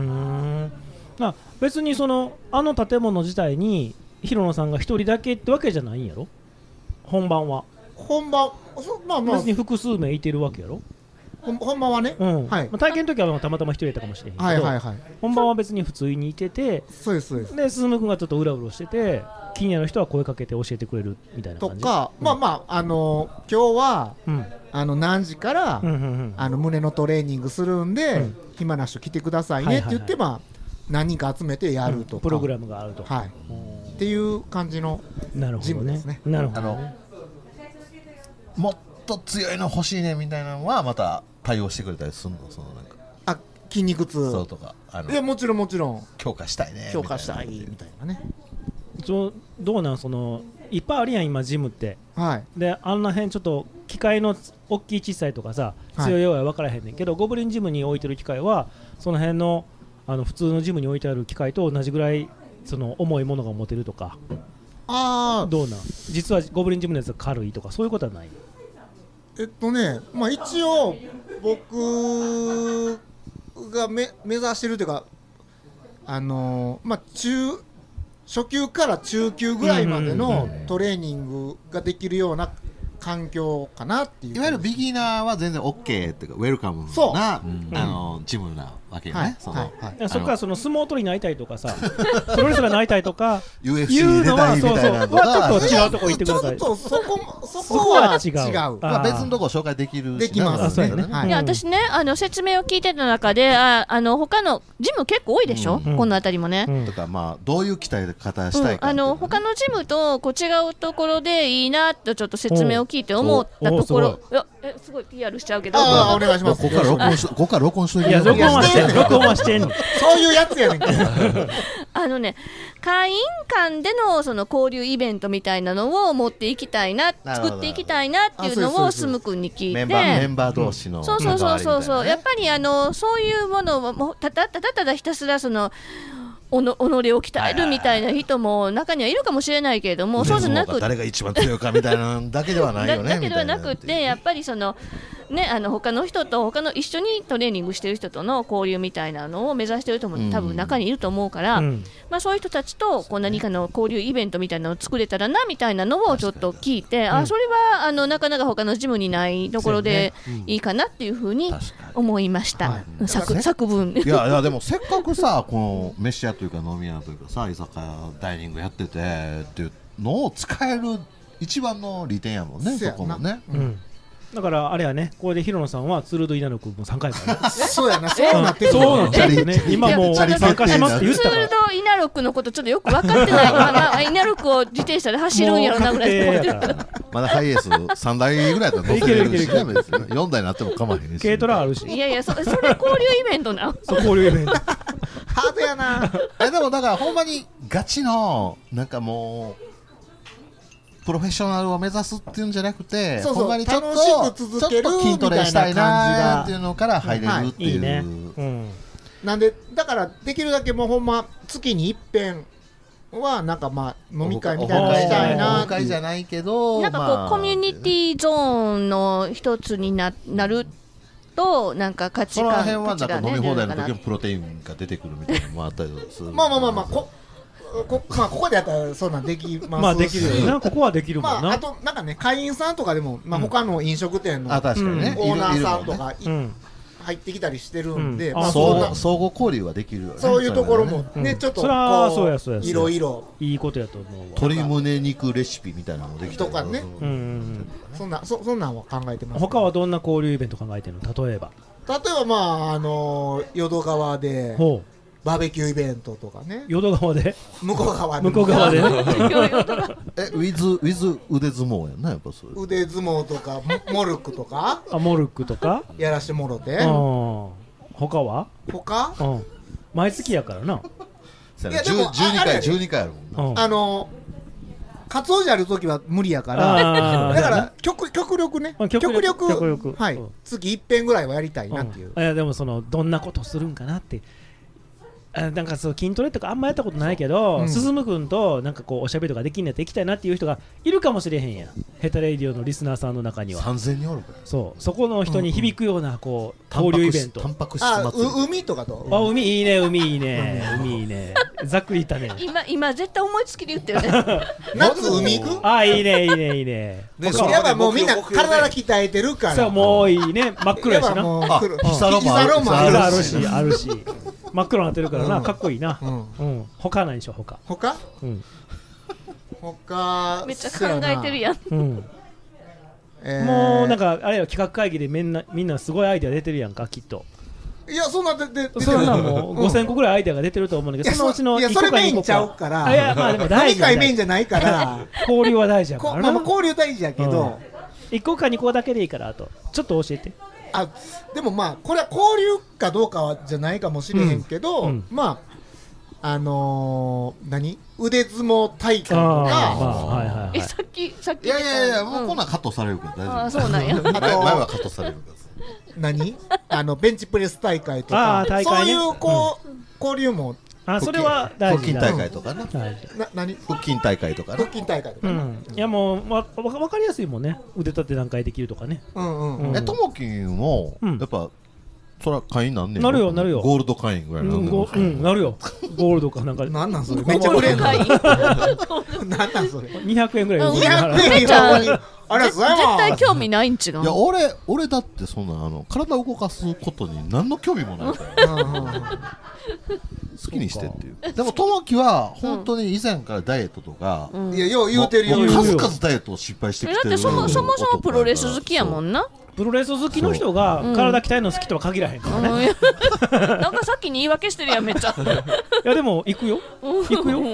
あ、別にそのあの建物自体に広野さんが一人だけってわけじゃないんやろ。本番は。 本番、まあまあ別に複数名いてるわけやろ。 本番はね、 うんはい、 まあ、体験の時はたまたま一人やったかもしれへんけど、 はいはいはい、 本番は別に普通にいてて、 そうですそうです。 で進君がちょっとうらうろしてて、気になる人は声かけて教えてくれるみたいな感じとか、うん、まあまああのー、今日は、うん、あの何時から、うんうんうん、あの胸のトレーニングするんで、うん、暇な人来てくださいねって言って、はいはいはい、まあ何人か集めてやるとか、うん、 プログラムがあると、 はい、っていう感じのジムですね。 なるほどね。 もっと強いの欲しいねみたいなのはまた対応してくれたりするの？そのなんかあ、筋肉痛そうとか、あのいやもちろんもちろん強化したいね強化したいみたいなね。 どうなん、そのいっぱいあるやん今ジムって、 はい、 であんな辺ちょっと機械の大きい小さいとかさ、強い弱い分からへんねんけど、はい、ゴブリンジムに置いてる機械はその辺のあの普通のジムに置いてある機械と同じぐらいその重いものが持てるとか。 ああ、 どうなん、実はゴブリンジムのやつが軽いとかそういうことはない？ えっとね、まあ、一応僕がめ目指してるというか、あのー、まあ中初級から中級ぐらいまでのトレーニングができるような環境かなっていう。 いわゆるビギナーは全然 OK っていうかウェルカムな、うん、あのジムなわけよね。はい、その、はいはい、 そこからその相撲取りになりたいとかさ、プロレスラーになりたいとかユーエフシー 出たいみたいなのはちょっと違うとこ行ってください。 ちょっとそこそこは違う。違う。 まあ別のとこ紹介できるし、 できますね。 はい、いや私ね、あの説明を聞いてた中で、ああの他のジム結構多いでしょ、うん、この辺りもね。 うん、とかまあどういう鍛え方したいか、 うん、あの他のジムとこう違うところでいいなとちょっと説明を聞いて思ったところ、いやえすごい ピーアール しちゃうけど、 ああお願いします。 ここから録音しここから録音しといて。 いや録音はしてん録音はしてんの。 そういうやつやねんけど。 あのね、会員間でのその交流イベントみたいなのを持っていきたいな、作っていきたいなっていうのをスム君に聞いて、 メンバーメンバー同士の、 そうそうそうそうそう、やっぱりあのそういうものをもうただただただひたすらそのおの己を鍛えるみたいな人も中にはいるかもしれないけれども、そうじゃなくて誰が一番強いかみたいなだけではないよね。 だけではなくて、やっぱりそのね、あの他の人と他の一緒にトレーニングしてる人との交流みたいなのを目指してる人も多分中にいると思うから、うん、まあそういう人たちとこう何かの交流イベントみたいなのを作れたらなみたいなのをちょっと聞いて、うん、あそれはあのなかなか他のジムにないところでいいかなっていうふうに思いました、はい、作, 作文。 いやいやでもせっかくさこの飯屋というか飲み屋というかさ居酒屋ダイニングやっててっていうのを使える一番の利点やもんね、そこもね。うん、 だからあれやね、これで広野さんはツールド稲野君もさんかいからね。 そうやな、そうなってる。 そうなってるね。今もう参加しますって言ったから。 ツールド稲野君のことちょっとよく分かってない。まあ稲野君を自転車で走るんやろなぐらい思ってるから。 まだハイエースさんだいぐらいだったら乗せれるし、よんだいになっても構わへんし。 軽トラあるし。 いやいや、そそれ交流イベントな。 そう交流イベント。 ハードやな。 えでもだからほんまにガチのなんかもう。プロフェッショナルを目指すっていうんじゃなくて、 そうそう、 ほんまにちょっと楽しく続けるちょっと筋トレしたいなっていうのから入れるっていう、 うんはいいいねうん、 なんでだからできるだけもうほんま月に一遍はなんかまあ飲み会みたいなのしたいな。 飲み会じゃないけどなんかこう、まあ、コミュニティゾーンの一つに な, なるとなんか価値観、 その辺はなんか飲み放題の時もプロテインが出てくるみたいなのもあったりする。 まあまあまあまあここ, まあここでやったらそうなんできますし、 まあできるよな、ここはできるもんな。 まあ、あとなんかね会員さんとかでも、まあ、他の飲食店の、 うん、あ確かにね、 オーナーさんとか、うん、入ってきたりしてるんで、 うんまあ、相互相互交流はできるよね。 そういうところもね、うん、ちょっとこういろいろいいことやと思うわ。 鶏胸肉レシピみたいなのもできたりとかね、うんうん、そんな そ, そんなんは考えてます、ね。 他はどんな交流イベント考えてるの？例えば例えばまああのー、淀川でほうバーベキューイベントとかね。 淀川で向こう側で向こう側でえウィズウィズ腕相撲やんな、やっぱそれ。 腕相撲とかモルックとかあモルックとかやらしてもろて。 他は他、 うん、毎月やからな。 いやでもじゅうにかいじゅうにかいあるもんな。 あのカツオじゃある時は無理やからだから極極力ね極力極力はい月一遍ぐらいはやりたいなっていう。 いやでもそのどんなことするんかなって。あなんかそう筋トレとかあんまやったことないけど、うん、進君となんかこうおしゃべりとかできんやって行きたいなっていう人がいるかもしれへんやん。 ヘタレイディオのリスナーさんの中にはさんぜんにんおるからそうそこの人に響くようなこう交流イベントタンパク質あ祭りう海とかとあ海いいね海いいね海いいねざっくり言ったね今今絶対思いつきで言ってるね夏海行くあいいねいいねいいねねやっぱもうみんな体鍛えてるからそうもういいね真っ黒やしなあヒサロもあるあるしあるし真っ黒になってるからなかっこいいなうん他ないでしょ他他うん他めっちゃ考えてるやんうんもうなんかあれよ企画会議でみんなみんなすごいアイデア出てるやんかきっといやそんなででそんなもうごせんこぐらいアイデアが出てると思うんだけどそのうちのいやそれメインちゃうからいやまあでも大事飲み会メインじゃないから交流は大事やからなまあ交流大事やけどいっこかにこだけでいいからあとちょっと教えてあでもまあこれは交流かどうかはじゃないかもしれへんけどまああのー、何腕相撲大会とか、 はいはいはい、 えさっきさっきいやいやいやもうこんなんカットされるから大丈夫あそうなんや前前はカットされるから何あのベンチプレス大会とかあ大会、ね、 そういうこう、うん、交流もあそれは大事腹筋大会とかね、 うん、 な何腹筋大会とかね腹筋大会とかね、 うん、いやもう、ま、分かりやすいもんね腕立て何回できるとかねうんうん、うん、 えともきんも、うん、やっぱそら会員なんねんなるよなるよゴールド会員ぐらいなんうん、うん、なるよゴールドかなんかなんなんそれめっちゃ売れんのなんなんそれにひゃくえんぐらいにひゃくえんやのにあれ絶対興味ないん違ういや俺俺だってそんなあの体を動かすことに何の興味もないから好きにしてっていうでもともきは本当に以前からダイエットとか、 うん、いやよう言うてるよ数々ダイエットを失敗してきてるだってそもそもそもプロレス好きやもんなプロレス好きの人が体鍛えるの好きとは限らへんからね、 うん、なんかさっきに言い訳してるやんめっちゃいやでも行くよ行くよ、うん、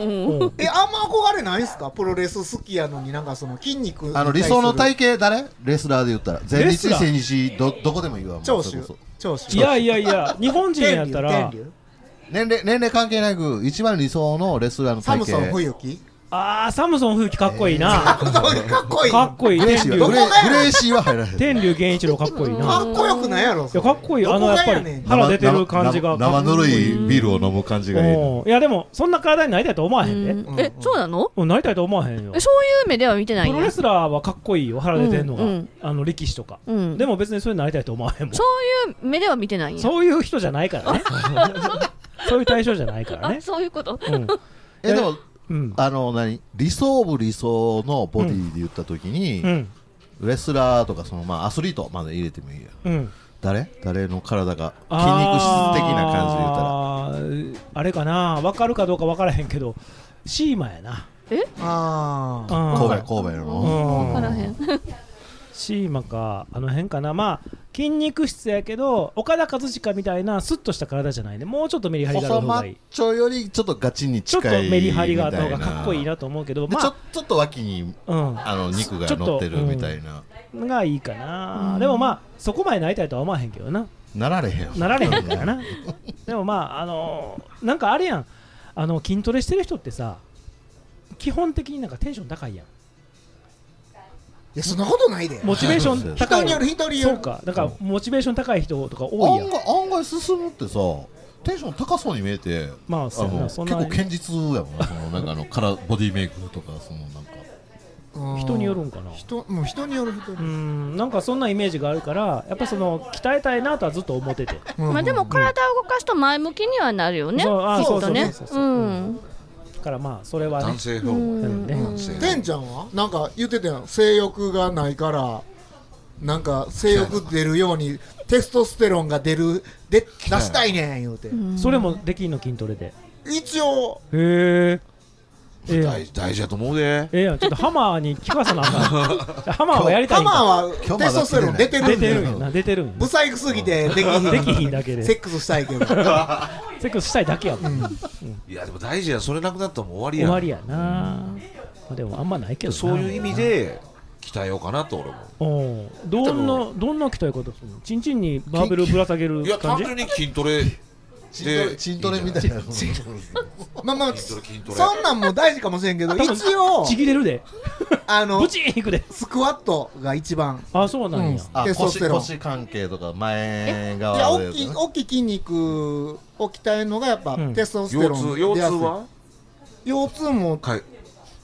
えあんま憧れないんすかプロレス好きやのになんかその筋肉あの理想の体型誰レスラーで言ったら全日戦日 ど, どこでもいいわ長州長州いやいやいや日本人やったら年齢年齢関係なく一番理想のレスラーの体型サムソン冬樹あーサムソン冬樹かっこいいな、 えー、かっこいいかっこいいグレーシーはグレーシーは入らへん天竜源一郎かっこいいなかっこよくないやろいやかっこいいあのやっぱり腹出てる感じが生ぬるいビールを飲む感じがいいいやでもそんな体になりたいと思わへんで、 うん、えそうなのなりたいと思わへんよえそういう目では見てないんやプロレスラーはかっこいいよ腹出てんのが、 うんうん、 あの力士とか、 うん、 でも別にそういうのなりたいと思わへんもんそういう目では見てないんやそういう人じゃないからねそういう対象じゃないからねそういうこと、 うん、 えでもうん、 あの何理想部理想のボディで言った時に、うん、レスラーとかその、まあ、アスリートまで入れてもいいや、 うん、 誰誰の体が筋肉質的な感じで言ったらあれかな分かるかどうか分からへんけどシーマやなえああ神戸神戸の分からへんシーマかあの辺かなまあ筋肉質やけど岡田和親みたいなスッとした体じゃないねもうちょっとメリハリがある方がいい細マッチョよりちょっとガチに近いちょっとメリハリがあった方がかっこいいなと思うけど、 まあ、ちょちょっと脇に、うん、あの肉が乗ってるみたいな、 うん、がいいかな、うん、でもまあそこまでなりたいとは思わへんけどななられへんなられへんからなでもまああのー、なんかあれやんあの筋トレしてる人ってさ基本的になんかテンション高いやんいやそんなことないでモチベーション高い人による人によるそうかだからモチベーション高い人とか多いやん案外案外進むってさテンション高そうに見えてまあそうなそんな結構堅実やもんなそのなんかあのカラボディメイクとかそのなんか人によるんかな人もう人による人うんなんかそんなイメージがあるからやっぱその鍛えたいなとはずっと思っててまあでも体を動かすと前向きにはなるよねきっとねうんからまあそれはね男性ホルモンねてんちゃんはなんか言ってたやん性欲がないからなんか性欲出るようにテストステロンが出るで出したいねん言うてそれもできんの筋トレで一応へえ大, 大事だと思うでええやんちょっとハマーに聞かさなあかんハマーはやりたいんかハマーはテストステロン出てるん出てるんやな出てるんやブサイクすぎてできひんできひんだけでセックスしたいけどセックスしたいだけやもん、うんうん、 いやでも大事やそれなくなったらもう終わりや終わりやな、まあ、でもあんまないけどなそういう意味で鍛えようかなと俺もおどんなどんな鍛え方するのチンチンにバーベルぶら下げる感じいや単純に筋トレで筋トレみたいなまあまあそんなんも大事かもしれんけど一応ちぎれるであのブチンいくでスクワットが一番あそうなんや、うん、 テストステロン 腰, 腰関係とか前側いや大きい大きい筋肉を鍛えるのがやっぱ、うん、テストステロン腰痛腰痛は腰痛もかい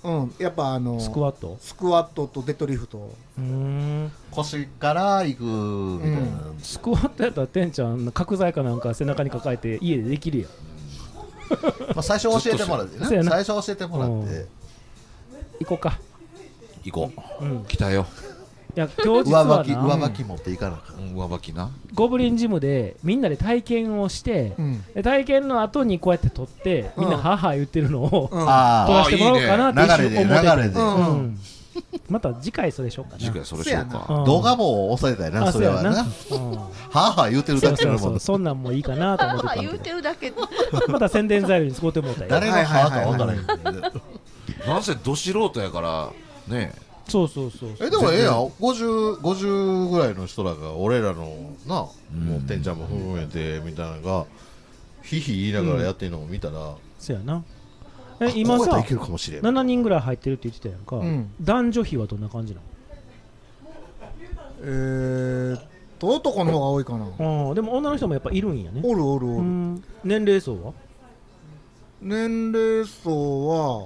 うんやっぱあのスクワットスクワットとデッドリフトうーん腰から行くみたいな、うん、 スクワットやったらてんちゃん角材かなんか背中に抱えて家でできるやんまあ最初教えてもらってね最初教えてもらって行こうか行こう、うん、来たよいや今日実はな上履き上履き持っていかなか、 うん、上履きなゴブリンジムでみんなで体験をして、うん、で体験の後にこうやって撮ってみんなはは言ってるのを、うん、撮らせてもらおうかなって一瞬思って流れで流れで、 うんうん、また次回それしようかな次回それしようか、 うん、動画も押さえたいなそれはな、うん、はは言うてるだけのもんそんなんもいいかなと思ってたんで言うてるだけまた宣伝材料に使ってもらったよ誰がはか分からへんなんせど素人やからねえそうそうそうえでもええやんごじゅう、ごじゅうぐらいの人らが俺らのな、うん、もうてんちゃんも含めてみたいなのがひひ言いながらやってるのを見たら、うん、 そうやなえ今さしちにんぐらい入ってるって言ってたやんか、うん、男女比はどんな感じなのえーっと男の方が多いかなあでも女の人もやっぱいるんやねおるおるおる、うん、 年齢層は年齢層は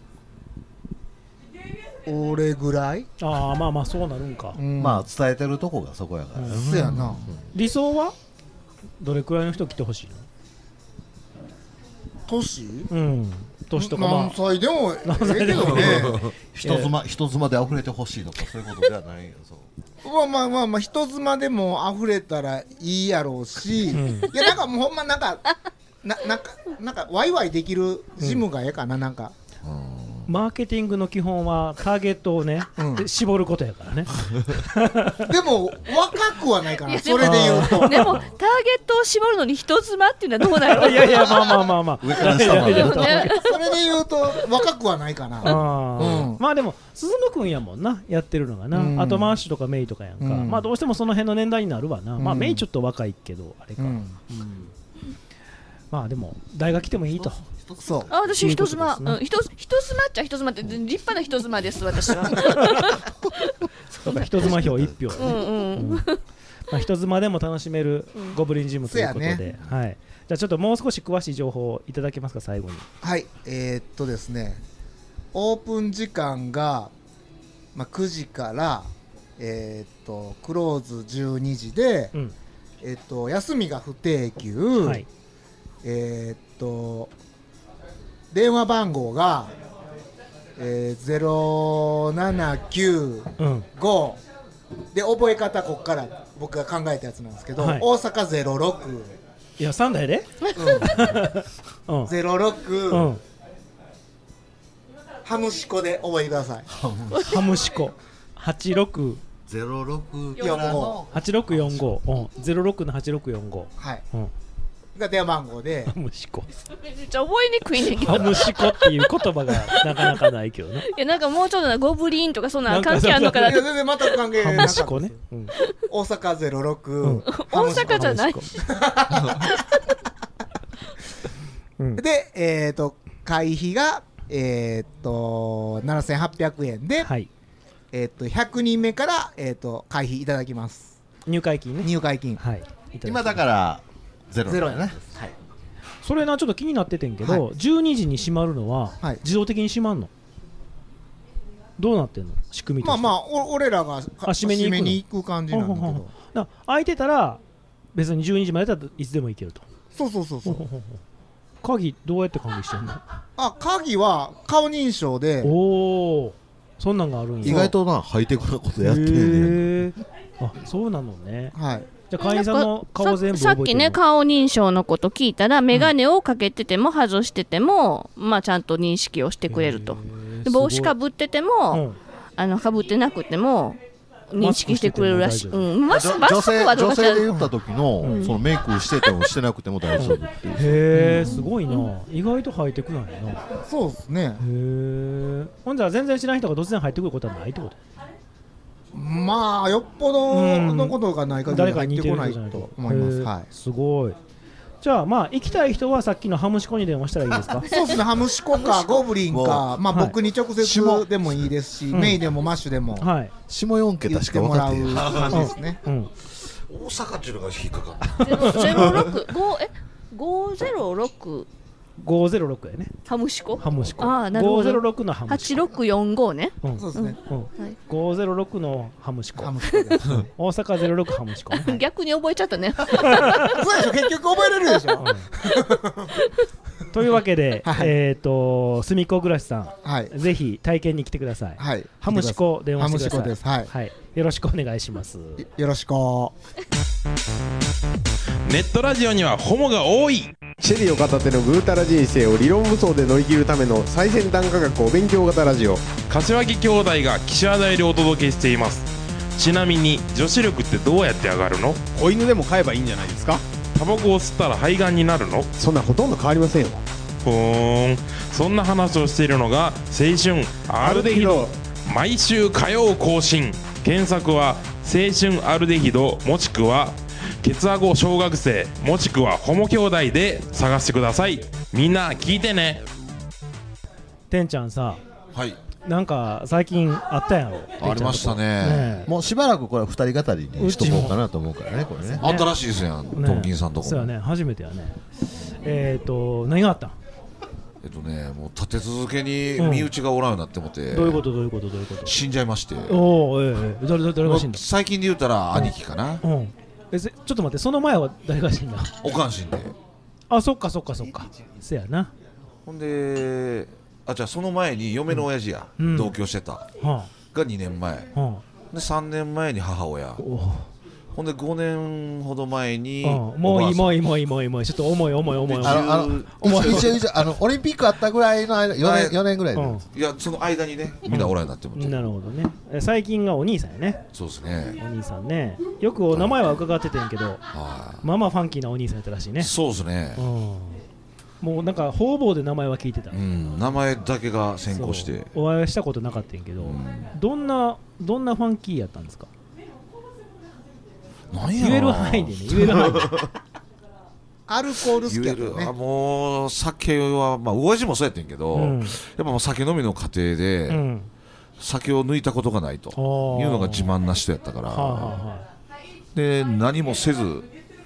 俺ぐらいああまあまあそうなるんか、 うん、まあ伝えてるとこがそこやから、うん、 そうやな、うん、 理想はどれくらいの人来てほしいの年うん年とかまあ何歳でもええけどね人妻人妻で溢れてほしいとかそういうことではないよそうまあまあまあまあ人妻でも溢れたらいいやろうし、うん、いやなんかもうほんまなんかななんかなんかワイワイできるジムがええかな、うん、なんかマーケティングの基本はターゲットをね、うん、絞ることやからねでも若くはないかなそれで言うとでもターゲットを絞るのに人妻っていうのはどうなのいやいやまあまあまあまあ上から下まで、ね、 それで言うと若くはないかなあ、うん、まあでも鈴野くんやもんなやってるのがな、うん、あとマーシュとかメイとかやんか、うん、まあどうしてもその辺の年代になるわな、うん、まあメイちょっと若いけどあれか、うんうん、まあでも大学来てもいいとそうあ私人妻、うん、人人妻っちゃ人妻って立派な人妻です私はそうか人妻票一票、ねうんうんうんまあ、人妻でも楽しめるゴブリンジムということで、ねはい、じゃあちょっともう少し詳しい情報をいただけますか最後にはいえー、っとですねオープン時間が、まあ、くじからえー、っとクローズじゅうにじで、うんえー、っと休みが不定休、はい、えー、っと電話番号が、えー、ゼロななきゅうご、うん、で覚え方こっから僕が考えたやつなんですけど、はい、大阪ゼロろくいやさん台で、 うん、ゼロろく、うん、ハムシコで覚えてくださいハムシコはちろくゼロろくよんごはちろくよんご、うん、ゼロろくのはちろくよんごはい、うんが電話番号でハムシコめっちゃ覚えにくいねんけどハムシコっていう言葉がなかなかないけどねいやなんかもうちょっとなゴブリンとかそんな関係あるのかなっていや全然全く関係ないハムシコね、うん、 大阪ゼロろく、 うん、大阪じゃないでえっ、ー、と会費がえっ、ー、とななせんはっぴゃくえんで、はい、えっ、ー、とひゃくにんめから、えー、と会費いただきます入会金ね入会金、 はい、 今だからゼロゼロやね、はい、 それなちょっと気になっててんけど、はい、じゅうにじに閉まるのは、はい、自動的に閉まんのどうなってんの仕組みとしてまあまあお俺らが閉めに行く閉めに行く感じなんだけどほうほうほうだ空いてたら別にじゅうにじまでだったらいつでも行けるとそうそうそうそうほうほうほう鍵どうやって管理してんのあ鍵は顔認証でおおそんなんがあるんや意外となハイテクなことやってるねあそうなのねはいじゃあ会員さんの顔全部覚えてるのさ, さっきね顔認証のこと聞いたらメガネをかけてても外してても、うん、まあちゃんと認識をしてくれるとで帽子かぶってても、うん、あのかぶってなくても認識してくれるらしい、うん、マスクはどうかしら女性で言った時の、うん、そのメイクしててもしてなくても大丈夫っていう、 へえすごいな、うん、意外とハイテクなんやなそうですねへえほんじゃ全然知らない人が突然入ってくることはないってことまあよっぽどのことがない限り入ってこないと思います、はい、 すごいじゃあまあ行きたい人はさっきのハムシコに電話したらいいですかそうですねハムシコかゴブリンかまあ僕に直接でもいいですし、はい、メイでもマッシュでも、 はい、 下よん桁しか分かってもらう感じですね、うんうん、 大阪っていうのが引っかかるゼロろくごえごゼロろくごゼロろくやね。 ハムシコ。 ハムシコ。 ああ、なるほど。 ごゼロろくのハムシコ。 はちろくよんごね。 そうですね。 ごゼロろくのハムシコ。大阪ゼロろくハムシコ。 逆に覚えちゃったね。 そうでしょ、結局覚えれるでしょ。 というわけで、えっとすみっこ暮らしさん、ぜひ体験に来てください。ハムシコ電話してください。はい、よろしくお願いします。 よろしく。 ネットラジオにはホモが多い。 シェリーを片手のぐうたら人生を理論武装で乗り切るための最先端科学お勉強型ラジオ、 柏木兄弟が岸和田よりお届けしています。ちなみに女子力ってどうやって上がるの？ 子犬でも飼えばいいんじゃないですか？ タバコを吸ったら肺がんになるの？ そんなほとんど変わりませんよ。 ふーん、そんな話をしているのが青春アルデヒド。毎週火曜更新。検索は青春アルデヒドもしくはケツアゴ小学生もしくはホモ兄弟で探してください。みんな聞いてね。 てんちゃんさ、 はい、 なんか最近あったやろ。 ありましたね。 ねもうしばらくこれはふたり語りにしとこうかなと思うからね、これね。 新しいですやん、トンキンさんとこも。 そうやね、初めてやね。えっと何があったん？ えっとね、もう立て続けに身内がおらんようになってもて、 どういうことどういうことどういうこと？ 死んじゃいまして。 おお、ええ、誰誰が死んだ？ 最近で言うたら兄貴かな。 うん。え、ちょっと待って、その前は誰が死んだ？ おかん死んで。 あ、そっかそっかそっか。せやな。 ほんで、あ、じゃあその前に嫁の親父や、同居してたがにねんまえ。でさんねんまえに母親。ほんでごねんほど前に、 もういいもういいもういいもういいもういい、ちょっと重い重い重い重い。 あの一応一応あのオリンピックあったぐらいの間、よねんよねんぐらい。 いや、その間にね、みんなおらんようになってもて。 なるほどね。最近がお兄さんやね。 そうですね。 お兄さんね、よくお名前は伺っててんけど、まあまあファンキーなお兄さんやったらしいね。 そうですね。 もうなんか方々で名前は聞いてた。 名前だけが先行して。 お会いしたことなかったんけど、どんなどんなファンキーやったんですか？言える範囲でね、言える範囲で。 アルコール好きやったね。 もう酒はまあ親父もそうやってんけど、やっぱもう酒飲みの家庭で酒を抜いたことがないというのが自慢な人やったから、で何もせず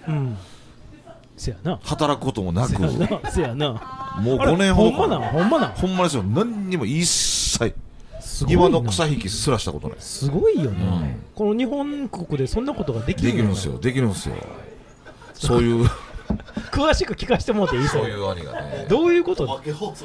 働くこともなく、 せやな、 もうごねんほどほんまなんほんまなんほんまですよ。何にも一切庭の草引きすらしたことない。 すごいよね。この日本国でそんなことができるできるんですよ。できるんですよ。そういう詳しく聞かせてもらっていい？ そういう兄がね。 どういうこと？ まあ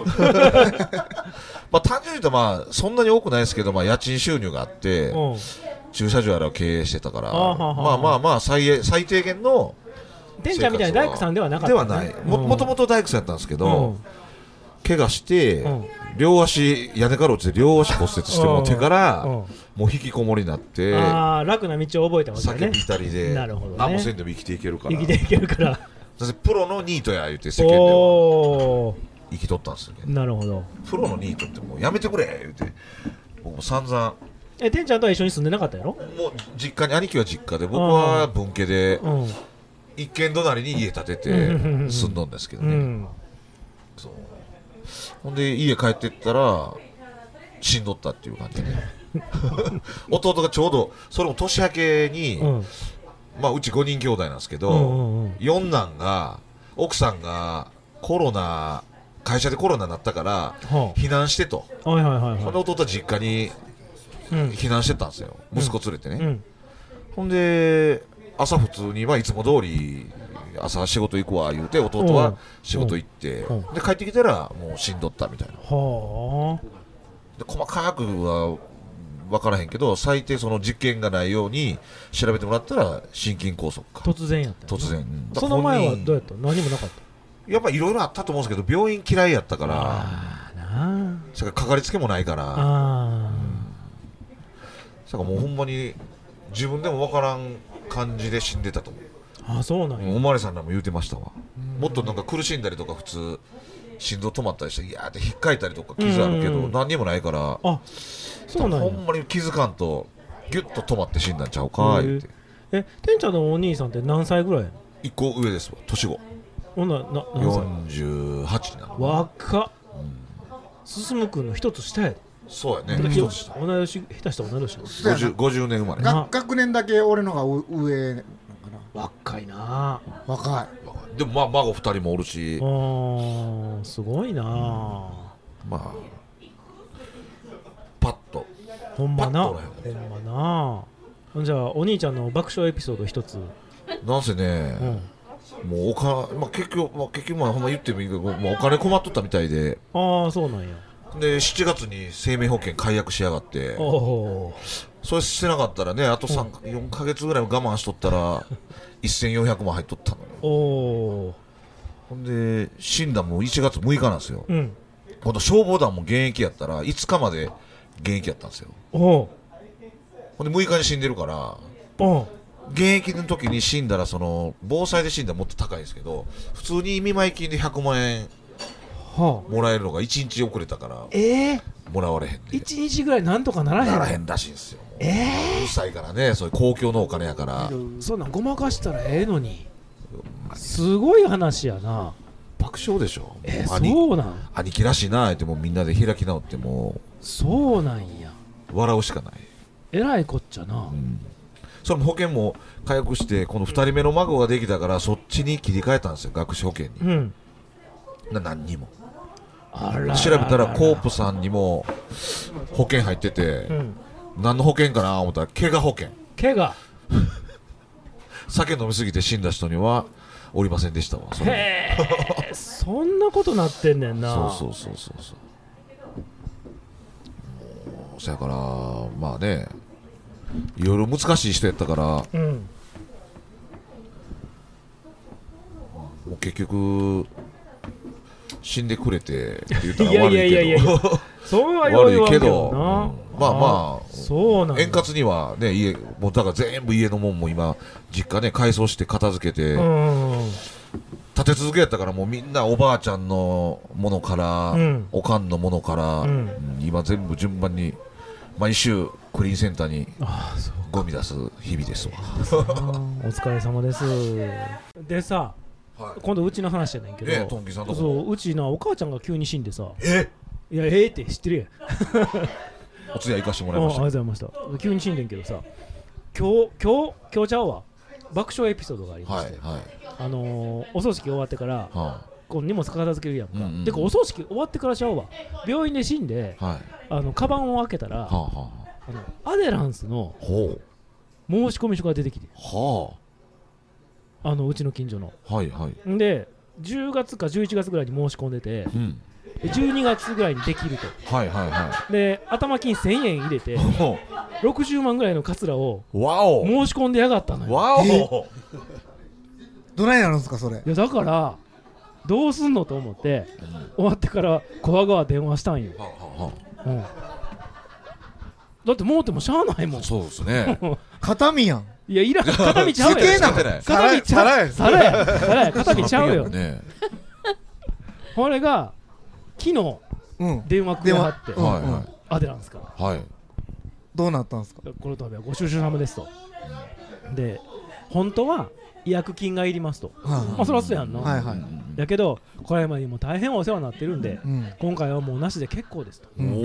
単純に言うとまあそんなに多くないですけど、まあ家賃収入があって駐車場やらを経営してたから、まあまあまあ最最低限のてんちゃんみたいな大工さんではなかった。 ではない。もともと大工さんやったんですけど、怪我して両足屋根から落ちて両足骨折しても手からもう引きこもりになって、 ああ楽な道を覚えたわけね。 酒見たりで何もせんでも生きていけるから。 生きていけるから。 プロのニートや言って世間では生きとったんですよね。 なるほど。 プロのニートってもうやめてくれ言って僕も散々。 え、てんちゃんとは一緒に住んでなかったやろ？ もう実家に、兄貴は実家で僕は分家で一軒隣に家建てて住んどんですけどね。そうほんで家帰ってったら死んどったっていう感じでね。弟がちょうどそれも年明けに、うん、まあうちごにん兄弟なんですけど、うんうんうん、四男が奥さんがコロナ会社でコロナになったから避難してと、 はいはいはいはい、 ほんで弟は実家に避難してたんですよ、うん、息子連れてね、うん、ほんで朝普通にはいつも通り朝仕事行くわ言うて弟は仕事行って、うんうん、で帰ってきたらもう死んどったみたいな。はあ。で細かくは分からへんけど最低その実験がないように調べてもらったら心筋梗塞か。 突然やった突然、うん、 その前はどうやった？何もなかった？ やっぱいろいろあったと思うんですけど病院嫌いやったから、あなそれからかかりつけもないから、あ、うん、それからもうほんまに自分でも分からん感じで死んでたと思う。 あ、そうなんや。 おまわりさんらも言うてましたわ。もっとなんか苦しんだりとか普通心臓止まったりしていやーって引っかいたりとか傷あるけど何にもないから、あ、そうなんや。ほんまに気づかんとギュッと止まって死んだんちゃうかーって。え、てんちゃんのお兄さんって何歳ぐらい？いっこ上ですわ、年子。ほんななよんじゅうはちになる。若っ、うん、進君の一つ下やで。そうやね、一つ下。同い年、下手したら同い年。ごじゅうねん生まれ。 学年だけ俺のが上かな。 若いな若いでもまあ孫ふたりもおるしあすごいな、うん、 まあパッとほんまなほんまなじゃあお兄ちゃんの爆笑エピソード一つなんせね、うん、もうおか、まあ、結局、まあ、結局まあほんま言ってもいいけど、まあ、お金困っとったみたいでああそうなんやでしちがつに生命保険解約しやがってそれしてなかったらねあとさん、よんかげつぐらい我慢しとったらせんよんひゃくまん入っとったのよおほんで死んだもいちがつむいかなんですよ、うん、今度消防団も現役やったらいつかまで現役やったんですよおほんでむいかに死んでるからお現役の時に死んだらその防災で死んだらもっと高いんですけど普通に見舞い金でひゃくまんえんもらえるのがいちにち遅れたからえー、もらわれへんでいちにちぐらいなんとかならへんならへんらしいんですよえー、うるさいからねそういう公共のお金やからそんなんごまかしたらええのにすごい話やな爆笑でしょえー、そうなん兄貴らしいなってもうみんなで開き直ってもそうなんや笑うしかないえらいこっちゃな、うん、 その保険も解約してこのふたりめの孫ができたからそっちに切り替えたんですよ学資保険に、うん、な何にもあら調べたらコープさんにも保険入ってて、うん、何の保険かな思ったら怪我保険怪我酒飲みすぎて死んだ人にはおりませんでしたわそへえそんなことなってんねんなそうそうそうそうそうそやからまあねいろいろ難しい人やったから、うん、もう結局死んでくれてって言ったら悪いけどいやいやいやいやそうは悪いけど、うん、まあまあそうなん円滑にはね家もうだから全部家のもんも今実家ね改装して片付けて立て続けやったからもうみんなおばあちゃんのものから、うん、おかんのものから、うん、今全部順番に毎週クリーンセンターにゴミ出す日々ですわお疲れ様ですでさはい、今度うちの話じゃないけど、 えトンキさんとそううちなお母ちゃんが急に死んでさえいやええって知ってるやんお通夜行かしてもらいましたありがとうございました急に死んでんけどさ今日今日今日ちゃうわ爆笑エピソードがありまして、はいはい、あのー、お葬式終わってから、はあ、この荷物片付けるやんか、うんうん、でお葬式終わってからちゃうわ病院で死んで、はい、あのカバンを開けたら、はあはあ、あのアデランスの申し込み書が出てきて、はああのうちの近所の、 はいはい、でじゅうがつかじゅういちがつぐらいに申し込んでて、うん、じゅうにがつぐらいにできると、はいはいはい、で頭金せんえん入れてろくじゅうまんぐらいのカツラを申し込んでやがったのよ。 わおどないなるんですかそれ。 いやだからどうすんのと思って、うん、終わってから小川川電話したんよ、はははうん、だってもうてもしゃあないもん。 そうですね片身やん。 いやいらん片道ちゃうよ。片道ちゃう。皿や皿や片道ちゃうよ。ね、これが昨日、うん、電話くれはって、はいはい、アデランスから、はい、 どうなったんですか。 この度はご愁傷様ですと、うん、で本当は違約金がいりますと、はいはい、まあそりゃそうやんな、はいはい、だけどこれまでにも大変お世話になってるんで、うん、今回はもうなしで結構ですと、うん、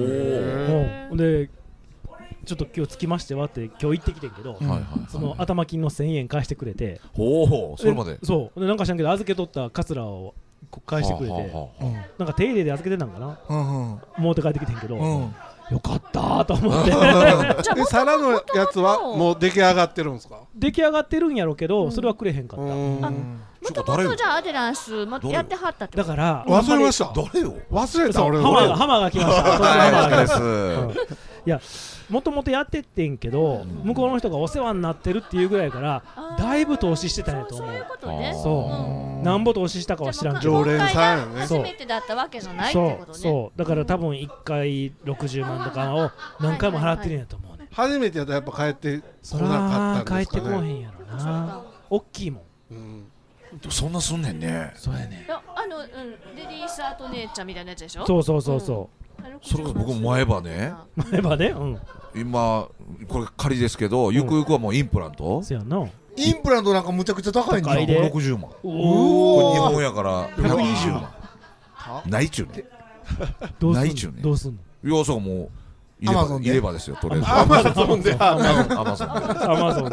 でちょっと今日着きましてはって今日行ってきてんけど、うん、その頭金のせんえん返してくれて、 ほうそれまでそうでなんか知らんけど預け取ったカツラを返してくれて、はあはあはあ、なんか手入れで預けてたんかな、うんうん、持って帰ってきてんけど、うん、よかったーと思ってで皿のやつはもう出来上がってるんですか。 出来上がってるんやろうけど、うん、それはくれへんかった。 もともとじゃあアデランスもやってはったってだから忘れました。 誰よ忘れた。俺ハマがハマが来ましたハマです、 うん、いやもともとやってってんけど、うん、向こうの人がお世話になってるっていうぐらいからだいぶ投資してたんやと思う。そういうことね。そうなんぼ投資したかは知らんけど常連さんやね。 初めてだったわけじゃないってことね。 そうそうだから多分いっかいろくじゅうまんとかを何回も払ってるんやと思うね。 初めてやったらやっぱ帰ってこなかったんですかね。 帰ってこへんやろな。大きいもん、うん、 そんなすんねんね。 そうやね。 あの、うん、レディースアート姉ちゃんみたいなやつでしょ。 そうそうそうそう、 うん、それこそ僕も前歯ね前歯ね、うん、 今これ仮ですけどゆくゆくはもうインプラント、 うん、そうやな。 インプラントなんかむちゃくちゃ高いんじゃん。 ろくじゅうまん。おお日本やからひゃくにじゅうまんないちゅうねないちゅうね。 どうすんの。 いやそうもう入れ歯ですよとりあえず。 アマゾンでアマゾンでアマゾンで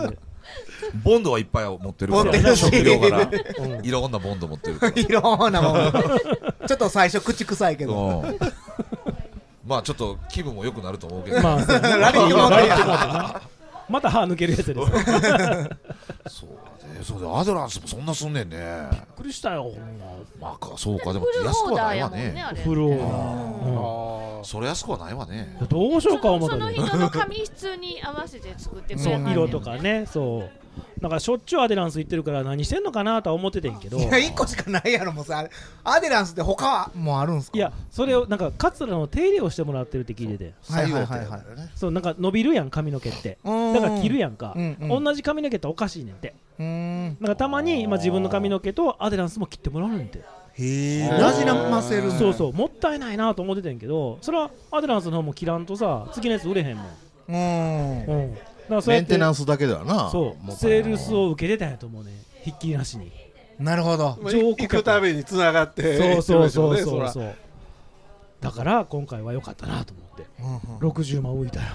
ボンドはいっぱい持ってるから持ってるし職業柄うんいろんなボンド持ってるからいろんなもんちょっと最初口臭いけどうんまあちょっと気分も良くなると思うけどまあそうやなラリーもラリーもなまた歯抜けるやつですそうだねそうだアドランスもそんなすんねんねびっくりしたよほんままあかそうかでも安くはないわねフルオーダーそれ安くはないわねどうしようか思ったその人の髪質に合わせて作ってくれそうる感じ色とかねそうだからしょっちゅうアデランス行ってるから何してんのかなとは思っててんけどいやいっこしかないやろもうさアデランスって他もあるんすかいやそれをなんかカツラの手入れをしてもらってるって聞いててはいはいはいはいそうなんか伸びるやん髪の毛ってうんだから切るやんかうんうん同じ髪の毛っておかしいねんてうんなんかたまに今自分の髪の毛とアデランスも切ってもらうねんてへえなじなませるんだそうそうもったいないなと思ってたんやけどそれはアデランスの方も切らんとさ次のやつ売れへんもんうんうんだからそうやってメンテナンスだけではなそうセールスを受けてたんやと思うねひっきりなしになるほどまあ行くたびにつながってそうそうそういってるでしょねそうそうだから今回は良かったなと思ってろくじゅうまん浮いたよ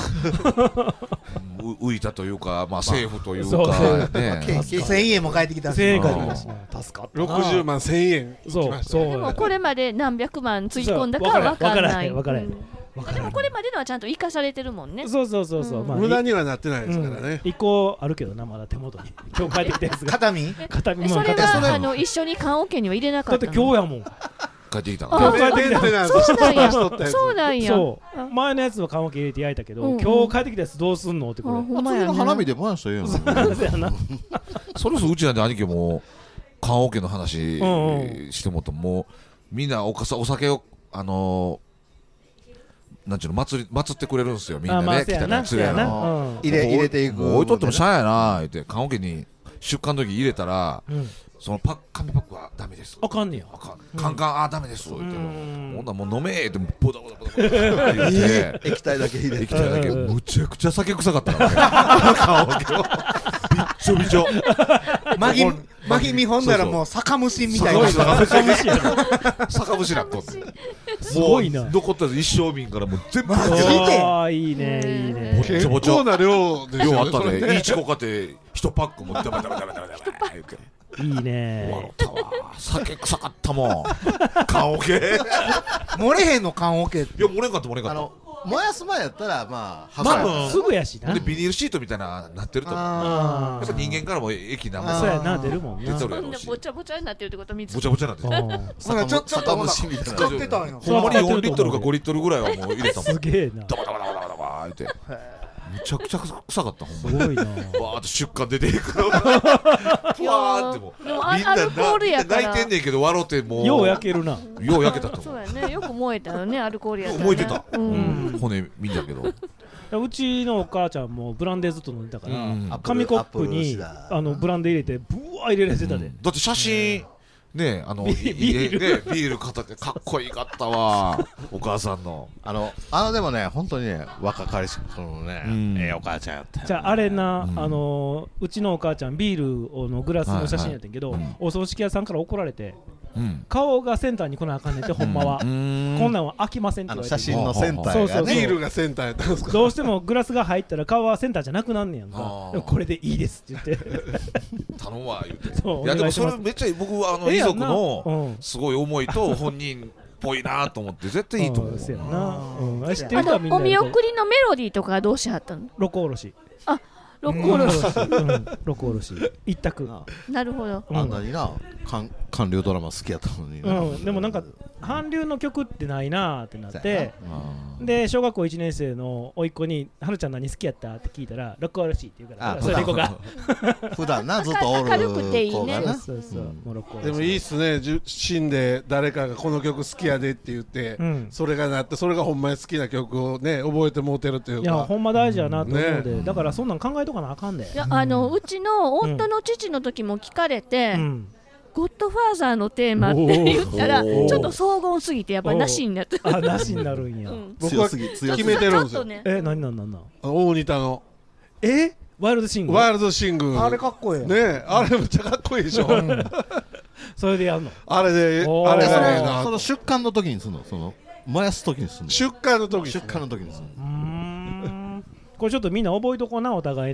う浮いたというかまあセーフというそうかそうねせんえんも返ってきたしせんえん返ってきたしな助かったなろくじゅうまんせんえんいきましたねでもこれまで何百万つぎ込んだかは分かんない分からへんうんでもこれまでのはちゃんと生かされてるもんねそうそうそうそう、 うんまあ無駄にはなってないですからね一個あるけどなまだ手元に今日帰ってきたやつが片身片身それ片身はあの一緒に棺桶には入れなかだってったの今日やもん帰ってきたあの今日帰ってきたやつそうなんやそうなんやそう前のやつは棺桶入れて焼いたけど、 うんうん今日帰ってきたやつどうすんのってこれあほんまやね次の花火で燃やしたらええやんそうやなそれこそうちなんで兄貴も棺桶の話うんうんしてもともうみんなおかさお酒をあのーなんちゅうの祭り祭ってくれるんですよみんなあまあね来たそうやなね連れのそうやなうん入れ入れていくもう置いとってもしゃあやな言って棺桶に出荷の時入れたらうんそのパッ紙パックはダメですあかんねやあかんカンカンあダメです言ってうんほんならもう飲めーってボタボタボタボタ言って液体だけ入れて液体だけむちゃくちゃ酒臭かったからね棺桶をびっちょびちょマギマギ見本ならもう酒蒸しみたいな酒酒蒸しや酒蒸しなっとってすごいなもう残ったやつ一生瓶からもう全部マジでああいいねいいねぼっちょぼちょ結構な量ですよね量あったそれねいいチコ買って一パックもダメダメダメダメダメ言っていいね笑ったわ酒臭かったもん棺桶い漏れへんの棺桶ってや漏れんかった漏れんかったあの燃やす前やったらまあまはあすぐやしなでビニールシートみたいななってると思うあやっぱ人間からも液なんあそうやな出るもん出なそんなとるやろうしぼちゃぼちゃになってるってこと水ぼちゃぼちゃなんですよほらちょちょっとほら使ってたんよほんまによんリットルかごリットルぐらいはもう入れたもんすげえなダバダバダバダバダバってむちゃくちゃ臭かったほんすまにごいなわーっと出荷出ていくのふわーってもうでもあみんなアルコールやから泣いてんねんけど笑ってもうよう焼けるなよう焼けたとそ思ううやねよく燃えたよねアルコールやったらね燃えてたうん骨見んだけどうちのお母ちゃんもブランデーずっと飲んでたから、 うん紙コップにあのブランデー入れてブワー入れられてたで、 だって写真ねあのビいビールねビール片手かっこいいかったわお母さんのあのあのでもね本当にね若かりしそのねうんええお母ちゃんやったよじゃああれな、 うんあのうちのお母ちゃんビールのグラスの写真やったんけど、 はいはいうんお葬式屋さんから怒られてうん顔がセンターに来なあかんねんってほんまは、 うーんこんなんは飽きませんってあ言われての写真のセンターがねそうそうそうビールがセンターやったんですかどうしてもグラスが入ったら顔はセンターじゃなくなんねやんかあーでもこれでいいですって言って頼むわ言うてそういやでもそお願いしますれめっちゃいい僕はあの遺ええやんな族のうんすごい思いと本人っぽいなと思って絶対いいと思ううんそうやな、うん、あれ知ってある人はみんなのお見送りのメロディーとかはどうしはったの六甲おろしあ六甲おろしうん六甲おろし一択なるほどうんあんなにな韓韓流ドラマ好きやったのになうん、でもなんか韓流の曲ってないなーってなっそうてやで小学校いちねん生の甥っ子に「はるちゃん何好きやった?」って聞いたら「ロックおろし」って言うからあそれでいこうか普段なずっとおる明るくていいね子がなそうそう、もうロックおろしでもいいっすねじゅ死んで誰かがこの曲好きやでって言って、 うんそれがなってそれがほんまに好きな曲をね覚えてもうてるっていうかいやほんま大事やなと思うで、 ねだからそんなん考えとかなあかんでいやあのうちの夫の父の時も聞かれて、 うんゴッドファーザーのテーマって言ったらおーちょっと荘厳すぎてやっぱりなしになってあなしになるんや、 うん僕は強すぎ強すぎ決めてるんですよ、 ちょっとねえ何なんなんなん大仁田のえワイルドシングワイルドシングあれかっこいいよねえあれめっちゃかっこいいでしょ、 それでやんのあれでおーあれえそがええなのその出荷の時にすんのその燃やす時にすんの出荷の時出荷の時にすんのうーんこれちょっとみんな覚えとこうなお互いな、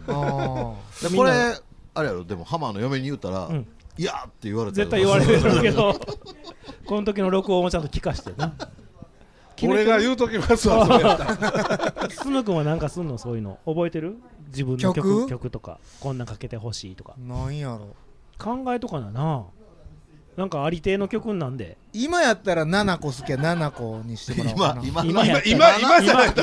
でこれあれやろ、でもハマーの嫁に言ったらいやって言われた絶対言われるけどこの時の録音をちゃんと聞かしてな。 俺が言うときますわ。 スヌ君はなんかすんの、そういうの覚えてる？自分の曲曲とかこんなんかけてほしいとか。 なんやろ、 考えとかなな。なんかありていの曲なんで今やったらななこ好きやななこにしてもらおうかな。 今今今今じゃない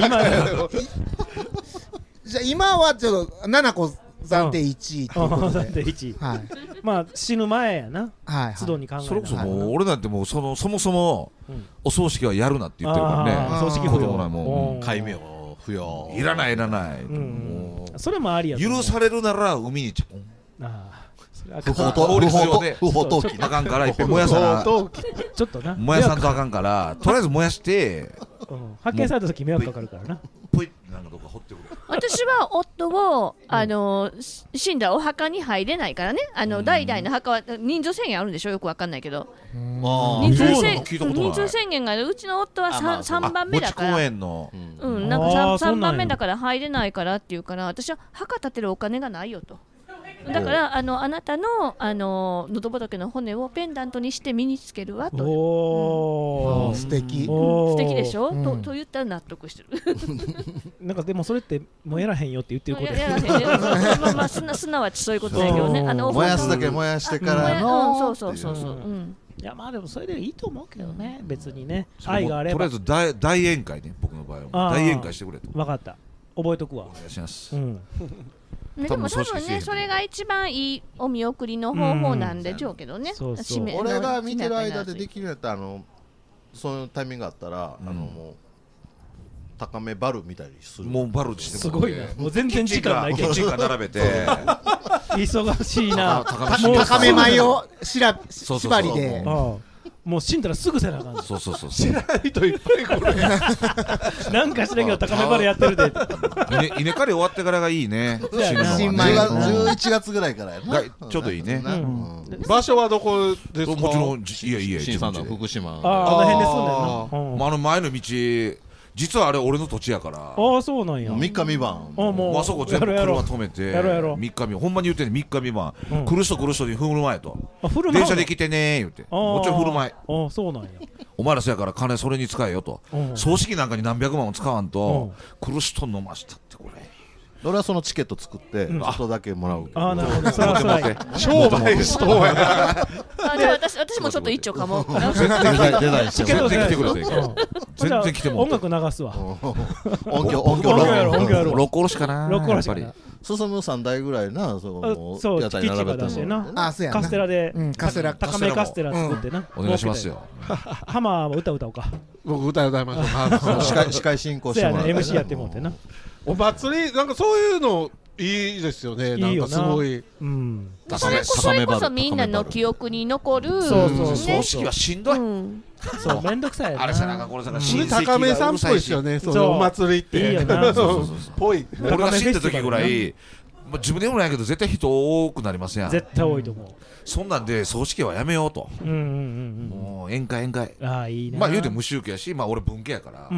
じゃあ今はちょっとななこ暫定いちいっていうことで、 暫定いちい、 はい、 まあ死ぬ前やな、 はいはい、 都度に考えなそれこそもう俺なんてもうそのそもそもお葬式はやるなって言ってるからね。 葬式不要、 もう戒名を不要、 いらないいらない、 それもありや。 許されるなら海にちょ不法投棄、不法投棄あかんからいっぺん燃やさな、 ちょっとな燃やさんとあかんから、とりあえず燃やして発見された時迷惑かかるからな。 ポイッなんかどっか掘ってくれ。 私は夫をあの死んだお墓に入れないからね。あの代々の墓は人数制限あるんでしょ、よくわかんないけど。人数制人数制限がある。うちの夫は三三番目だから。 公園のうんなんか三三番目だから入れないからっていうから、私は墓建てるお金がないよと。だからあのあなたのあの喉仏の骨をペンダントにして身につけるわと。 おー素敵、 素敵でしょ、とと言ったら納得してる。 なんかでもそれってもうやらへんよって言ってることやらへんね。まあまあすなすなわちそういうことだけどね。あの燃やすだけ燃やしてからの、 そうそうそうそう。 いやまあでもそれでいいと思うけどね、別にね、愛があれば。 とりあえず大大宴会ね、僕の場合は大宴会してくれと。 分かった、覚えとくわ。 お願いします。 ね、でも多分ねそれが一番いいお見送りの方法なんでしょうけどね。 俺が見てる間でできるやったら、あのそういうタイミングがあったら、あのもう高めバルみたいにする。 もうバルしてすごいね。もう全然時間ないけど。 キッチンカー並べて忙しいな。 高め前をしら縛りで。 もう死んだらすぐせなあかん。 そうそうそう。 知らない人いっぱい来る。 なんか知らんけど高めバレやってるで。 稲刈り終わってからがいいね。 新米じゅういちがつぐらいからやな。 ちょうどいいね。 場所はどこですか？ もちろんいやいや新三田福島。 ああの辺で住んでんな。 あの前の道。実はあれ俺の土地やから。 ああそうなんや。 みっかみばん。 あもうあそこ全部車止めてみっかみほんまに言ってんねみっかみばん。来る人来る人に振る舞えと。電車で来てね言って。もちろん振る舞い。 ああそうなんや。 お前らそやから金それに使えよと。葬式なんかに何百万も使わんと来る人飲ましたってこれ。 俺はそのチケット作ってちょっとだけもらう。 ああなるほど。それはそれ。 商売しとうやな。 あでも私私もちょっと一丁かも。 全然来てくれていいから。全然来ても音楽流すわ。 音響音響音響やろ音響やろ。 六甲おろしかな。 六甲おろしかな。 進むさんだいぐらいなそそう屋台並べてな。 あそうやな。 カステラでカステラ高めカステラ作ってな。 お願いしますよ。 ハマーは歌歌おうか。 僕歌歌いましょう。 司会司会進行してもらって。 エムシー やってもってな。 お祭りなんかそういうのいいですよね。なんかすごい。 うん。 それこそそれこそみんなの記憶に残る。 そうそう葬式はしんどい。 そうめんどくさい。 あれさなんかこれさ高めさんっぽいですよね。そうお祭りって。 いいよな。 ぽい。 俺が死んだ時ぐらい自分でもないけど絶対人多くなりますやん。 絶対多いと思う。 そんなんで葬式はやめようと。 うんうんうんもう宴会宴会。 ああいいね。 まあ言うて無宗教やし、まあ俺文系やから。 うん。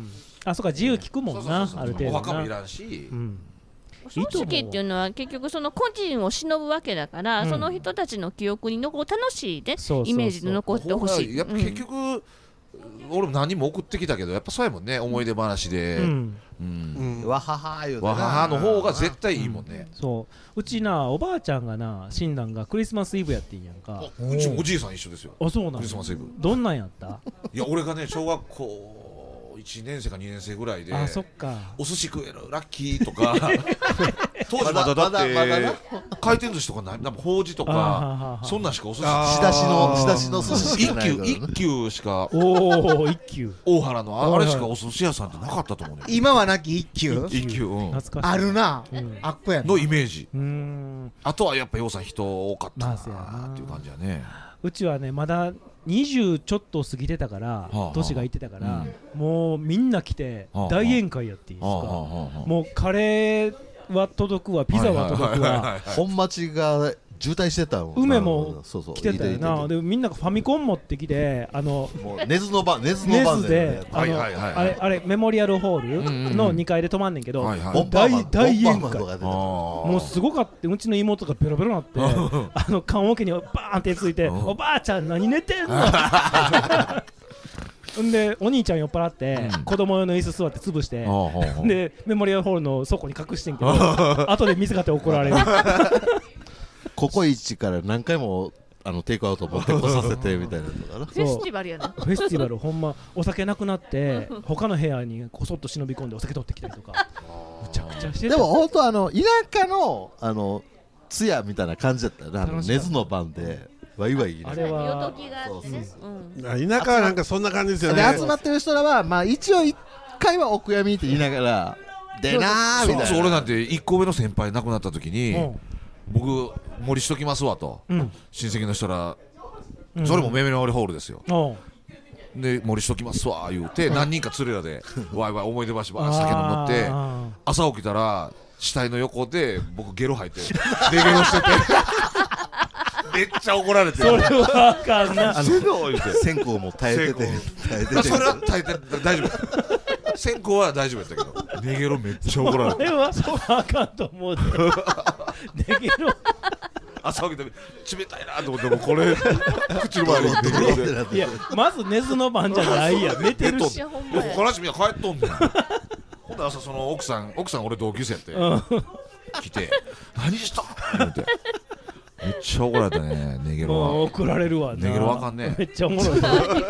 あそうか自由聞くもんなある程度。 お墓もいらんし。 葬式っていうのは結局その個人を忍ぶわけだから、その人たちの記憶に残る楽しいねイメージで残ってほしい。 やっぱ結局俺も何人も送ってきたけどやっぱそうやもんね、思い出話でわはは言うてわははの方が絶対いいもんね。 そううちなおばあちゃんがな死んだんがクリスマスイブやってんやんか。 うちもおじいさん一緒ですよ。 あそうなんクリスマスイブ。 どんなんやった？ いや俺がね小学校いちねんせいかにねんせいぐらいで、 あそっかお寿司食えるラッキーとか当時まだだって回転寿司とかなんか法事とかそんなんしかお寿司仕出しの仕出しの寿司一級一級しかおお一級大原のあれしかお寿司屋さんってなかったと思うね。 今はなき一級一級あるなあっこやのイメージ。 うんあとはやっぱようさん人多かったなっていう感じやね。 うちはねまだにじゅうちょっと過ぎてたから年がいってたからもうみんな来て大宴会やっていいですか。もうカレーは届くわピザは届くわ本町が渋滞してた梅も来てたよな。でみんながファミコン持ってきて、あの根津の番根津の番であれあれメモリアルホールのにかいで泊まんねんけど、大大宴会もうすごかった。うちの妹がベロベロなってあの棺桶にバーンってついて、おばあちゃん何寝てんのんでお兄ちゃん酔っ払って子供用の椅子座って潰してでメモリアルホールの倉庫に隠してんけど後で見つかって怒られるココイチから何回もあのテイクアウト持ってこさせてみたいなのかな。 フェスティバルやな。 フェスティバルほんまお酒なくなって他の部屋にこそっと忍び込んでお酒取ってきたりとかむちゃくちゃしてた。 でも本当あの田舎のあの通夜みたいな感じだったよね。あの根津の番でワイワイあれは田舎はなんかそんな感じですよね。 で集まってる人らはまあ一応一回はお悔やみって言いながらでなーみたいな。 そう俺なんていっこめの先輩亡くなった時に僕森しときますわと、うん、親戚の人ら、うん、それもメモリホールですよ、うん、で森しときますわ言うて、うん、何人か連れらでわいわい思い出話ば酒飲んで朝起きたら死体の横で僕ゲロ吐いて寝ゲロしててめっちゃ怒られてそれはあかんな。 線香も耐えてて耐えててそれは耐えて大丈夫線香は大丈夫やったけど寝ゲロめっちゃ怒られてそれはそうあかんと思うで寝ゲロ朝起きて冷たいなと思ってもこれ口の前に寝ゲロでいやまず寝ずの番じゃないや寝てるしこの話みんな帰っとんねんほんで朝その奥さん奥さん俺同級生やって、うん、来て何したって言ってめっちゃ怒られたね寝ゲロは。 怒られるわな。 寝ゲロわかんねめっちゃおもろい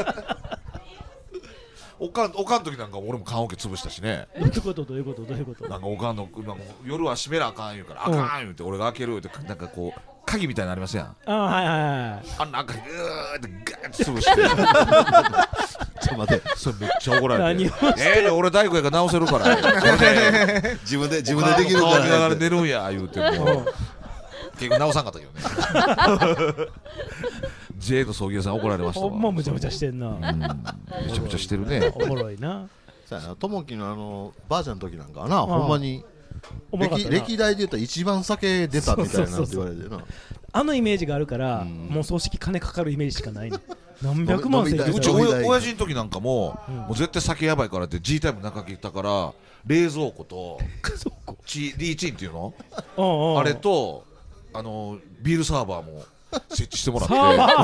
おかんおかん時なんか俺も棺桶潰したしね。 どういうことどういうことどういうことなんかおかんのなんか夜は閉めなあかん言うから、うん、あかん言うて俺が開けるってなんかこう鍵みたいになりますやん。 あはいはいはいあんなんかうーってガーッて潰してちょっと待ってそれめっちゃ怒られてえー俺大工やから直せるから自分で自分でできるから顔見ながら寝るんや言うても結局直さんかったけどねジェイ の葬儀屋さん怒られましたわ。 ほんまむちゃむちゃしてんな、うん、 めちゃむちゃしてるね。 おもろいな。 ともきのあのばあちゃんの時なんかなほんまに歴, 歴代で言ったら一番酒出たみたいなって言われてなあのイメージがあるから、うん、もう葬式金かかるイメージしかないの何百万請求うち親父の時なんかも、うん、もう絶対酒やばいからって G タイム中切ったから冷蔵庫とチリーチンっていうのおうおうあれとあのビールサーバーも設置してもらって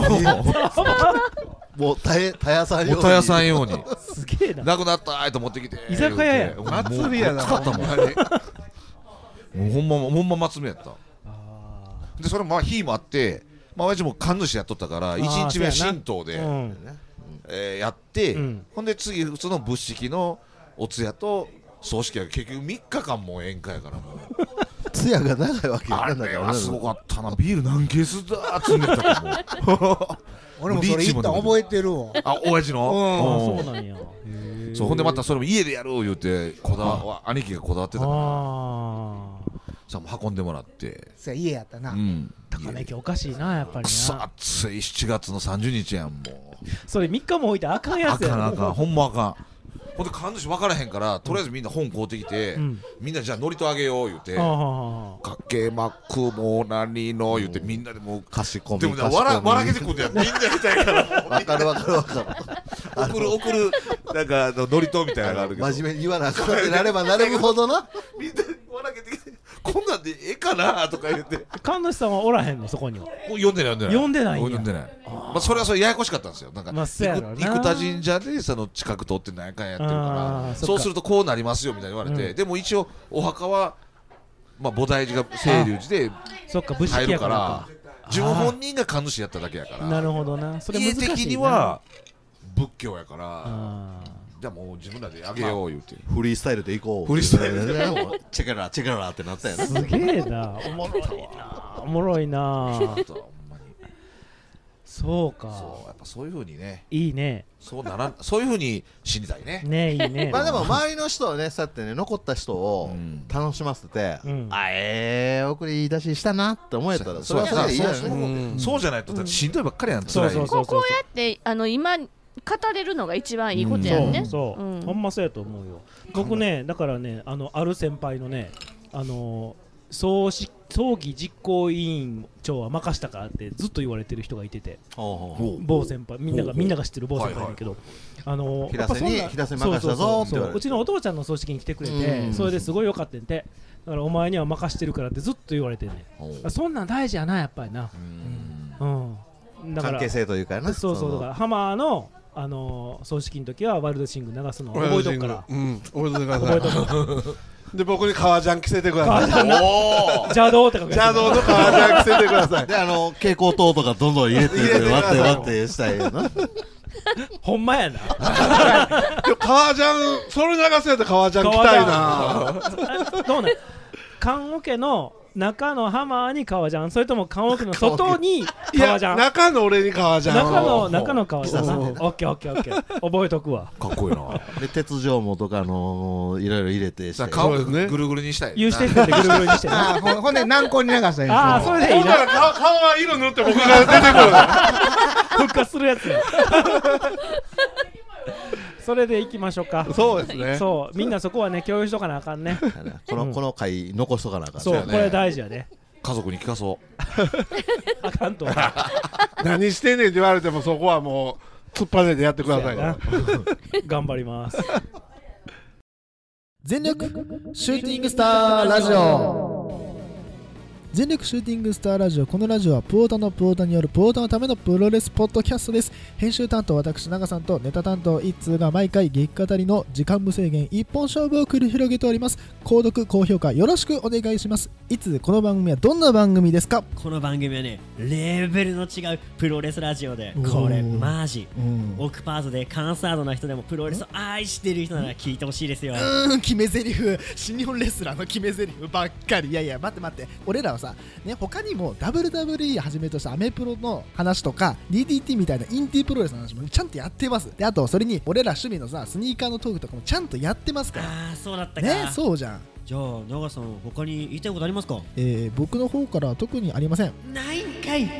もうたやさん用にたやさん用にすげえななくなったーと持ってきて居酒屋や祭りやなもうほんまほんま祭りやったでそれもまあ日もあってまあ親父も神主やっとったからいちにちめは神道で、うんえー、やって、うん、ほんで次普通の仏式のお通夜と葬式は結局みっかかんも宴会やからもう通夜が長いわけやあれはすごかったなビール何ケースだ積んでたと思う俺もそれ言った覚えてるわあ親父の、 うん、そうなんやそうほんでまたそれも家でやろう言うてこだわ兄貴がこだわってたからさも運んでもらってそれ家やったな、うん、高めきおかしいなやっぱりなくそ暑いしちがつのさんじゅうにちやんもうそれみっかも置いてあかんやつやあかんあかんほんまあかんほんで神主分からへんからとりあえずみんな本買うてきて、うん、みんなじゃあノリとあげよう言うてかけまくも何の言うてみんなでも貸し込みでもね笑笑けてくんだよみんなみたいから分かる分かる分かる送る送るなんかノリとみたいなのがあるけど真面目に言わなくなればなるほどなみんな笑けてきてこんなんでええかなとか言って神主さんはおらへんのそこにはもう呼んでない呼んでない呼んでない呼んでないまあそれはそれややこしかったんですよなんか生田神社でその近く通って何やかんやってるからそうするとこうなりますよみたいに言われて、うん、でも一応お墓はまあ菩提寺が清流寺で入るから自分本人が神主やっただけやからなるほどなそれ難しいな家的には仏教やからじゃあもう自分らであげよう言うてフリースタイルで行こうフリースタイルでチェケラチェケラってなったよねすげえなおもろいなおもろいなそうかそうやっぱそういう風にねいいねそうならそういう風に死にたいねねいいねまあでも周りの人はねそうやってね残った人を楽しませて、うん、あえー送り出ししたなって思えたらそれはそれでいいよねそうじゃないとだってしんどいばっかりやん辛いそうそうそうそうこうやってあの今語れるのが一番いいことやんね、 うん、そうそう、うん、ほんまそうやと思うよ僕ねだからねあのある先輩のねあの葬式葬儀実行委員長は任したからってずっと言われてる人がいてて、某先輩みんながみんなが知ってる某先輩だけど、あの平瀬に平瀬に任したぞって言われて、 うちのお父ちゃんの葬式に来てくれて、それですごい良かったんて、だからお前には任してるからってずっと言われてんね。そんなん大事やなやっぱりな。うん。 関係性というかな。 そうそう、だからハマーのあの葬式の時はワイルドシング流すの覚えとくから。 うん、覚えといてください。覚えとく。で僕に革ジャン着せてください。 おお。邪道って書く。 邪道の革ジャン着せてください。 であの蛍光灯とかどんどん入れて割って割ってしたいよな。 ほんまやな。 革ジャンそれ流せやったら革ジャン着たいな。 どうね。棺桶の中のハマーに革ジャン、それとも棺桶の外に革ジャン。 中の俺に革ジャン。 中の中の革ジャン。オッケーオッケーオッケー。覚えとくわ。 かっこいいな。 で鉄条網とかのいろいろ入れてして。 顔ぐるぐるにしたい。 有刺鉄線でぐるぐるにして。 ああ、ほんで軟膏に流したらいい。 ああ、それでいいな。 ほんなら顔は色塗って僕が出てくる。 復活するやつや。それでいきましょうか。 そうですね。 そうみんなそこはね共有しとかなあかんね。 このこの回残しとかなあかん。 そうこれ大事やね。 家族に聞かそう。 あかんと。 何してんねんって言われてもそこはもう突っ張ねてやってくださいよ。 頑張ります。 全力シューティングスターラジオ。全力シューティングスターラジオ。このラジオはプオタのプオタによるプオタのためのプロレスポッドキャストです。編集担当私長さんとネタ担当一通が毎回激語りの時間無制限一本勝負を繰り広げております。購読高評価よろしくお願いします。いつこの番組はどんな番組ですか？ この番組はねレベルの違うプロレスラジオで、これマジオクパートでカンサードな人でもプロレスを愛してる人なら聞いてほしいですよ。 うーん決め台詞新日本レスラーの決め台詞ばっかり。いやいや待って待って、俺らはさね、他にも ダブリューダブリューイー はじめとしたアメプロの話とか ディーディーティー みたいなインディープロレスの話もちゃんとやってます。であとそれに俺ら趣味のさスニーカーのトークとかもちゃんとやってますから。 ああそうだったかね。そうじゃん。 じゃあ長さん他に言いたいことありますか？ えー、僕の方からは特にありません。 ないんかい。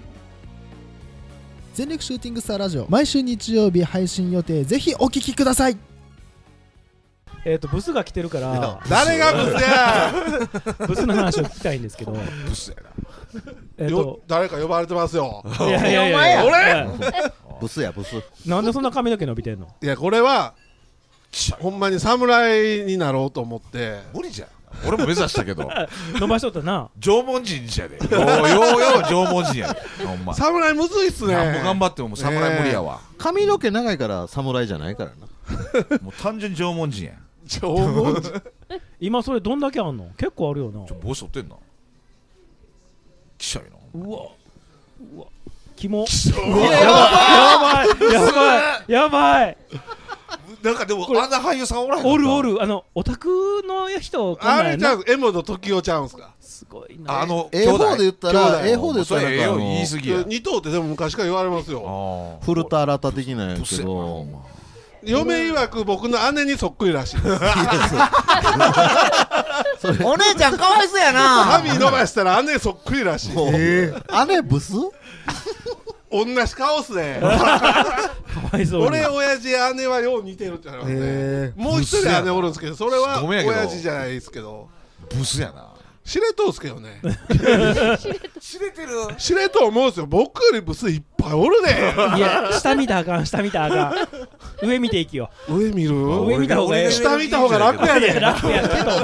全力シューティングスターラジオ毎週日曜日配信予定、ぜひお聞きください。 えっとブスが来てるから誰がブスやブスの話を聞きたいんですけど。 ブスやな。 えっと誰か呼ばれてますよ。 いやいやいや俺ブスやブス。 なんでそんな髪の毛伸びてんの？ いやこれはほんまに侍になろうと思って。 無理じゃん。俺も目指したけど伸ばしとったな。 縄文人じゃで。ようようよ縄文人やで。ほんま。 侍むずいっすね。 なんも頑張ってももう侍無理やわ。 髪の毛長いから侍じゃないからな。 もう単純に縄文人や。 縄文人。 今それどんだけあんの？結構あるよな。 ちょ帽子取ってんな。きしゃいな。 うわうわキモ。 うわやばいやばいやばい。 なんかでもあんな俳優さんおらへんのか。 おるおる。あのオタクの人こんなんやな。 あれちゃう江本時生ちゃうんすか。 すごいな。 あのエーフォー で言ったら エーフォー で言ったらなんかあの言い過ぎや。 二頭ってでも昔から言われますよ。 古田新太的なんやけど、 嫁曰く僕の姉にそっくりらしい。 お姉ちゃんかわいそうやな。 髪伸ばしたら姉そっくりらしい。 姉ブス？ 同じ顔っすね。 かわいそうに。 俺親父姉はよう似てるって言われますね。もう一人姉おるんですけどそれは親父じゃないですけど。 ブスやな。 知れとうっすけどね。 知れてる。 知れと思うんですよ。僕よりブスいっぱいおるね。 いや下見たらあかん下見たらあかん。上見ていきよ。 上見る？ 上見た方がいい。 下見た方が楽やで。 楽やけど。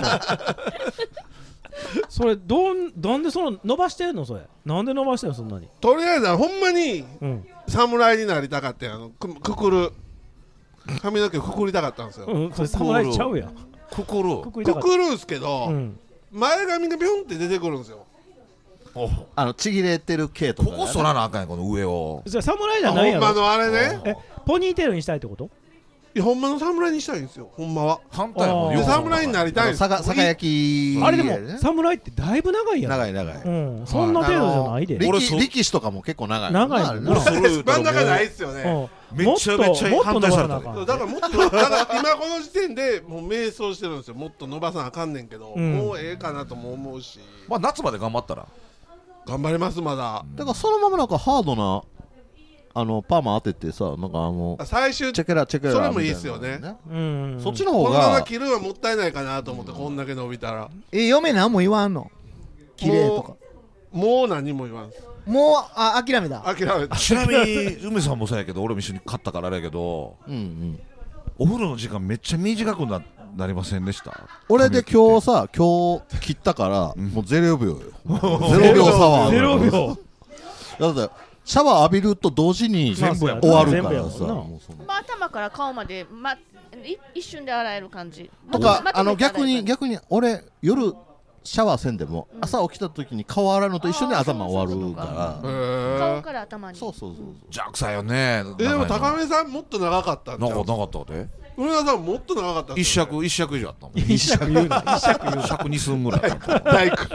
それどんなんでその伸ばしてんのそれ？なんで伸ばしてんのそんなに？ とりあえずはほんまに侍になりたかったんや。あのくくくる髪の毛くくりたかったんですよ。 うん、それ侍ちゃうやん。 くくるくくるんすけど、前髪がビョンって出てくるんですよ。 あのちぎれてる系とか。 ここそらなあかんやんこの上を。 じゃ侍じゃないやろ。 ほんまのあれね。 えポニーテールにしたいってこと？ いやほんまの侍にしたいんですよ。ほんまは反対もで侍になりたいんです。 さか焼きあれでも侍ってだいぶ長いやん。 長い長い。 うん、そんな程度じゃないで。 力士とかも結構長い。 長い。 俺それ真ん中ないっすよね。 めちゃめちゃ反対された。 だからもっとだから今この時点でもう迷走してるんですよ。もっと伸ばさなあかんねんけど、もうええかなとも思うし。 まあ夏まで頑張ったら頑張りますまだ。 だからそのままなんかハードなあのパーマ当ててさ、なんかあの最終チェケラチェケラそれもいいですよね。 うんそっちの方このままが切るのはもったいないかなと思ってこんだけ伸びたら。 え嫁何も言わんの綺麗とかもう何も言わんす。 もうあ諦めた諦めた。 ちなみに梅さんもそうやけど俺も一緒に買ったからあれやけど、 うんうん、 お風呂の時間めっちゃ短く な, なりませんでした？ 俺で今日さ今日切ったから、うん、もうゼロびょうよゼロびょうサワーゼロびょうだってシャワー浴びると同時に終わるからさ、 まあ、頭から顔まで、ま、一瞬で洗える感じとか、あの逆に逆に俺夜シャワーせんでも、うん、朝起きた時に顔洗うのと一緒に頭終わるから顔から頭にそうそうそう邪臭いよね。 えでも高見さんもっと長かったんじゃん。 長かったで梅田さんもっと長かった一尺一尺以上あったもん。 一尺言うな一尺言うな尺に寸ぐらい大工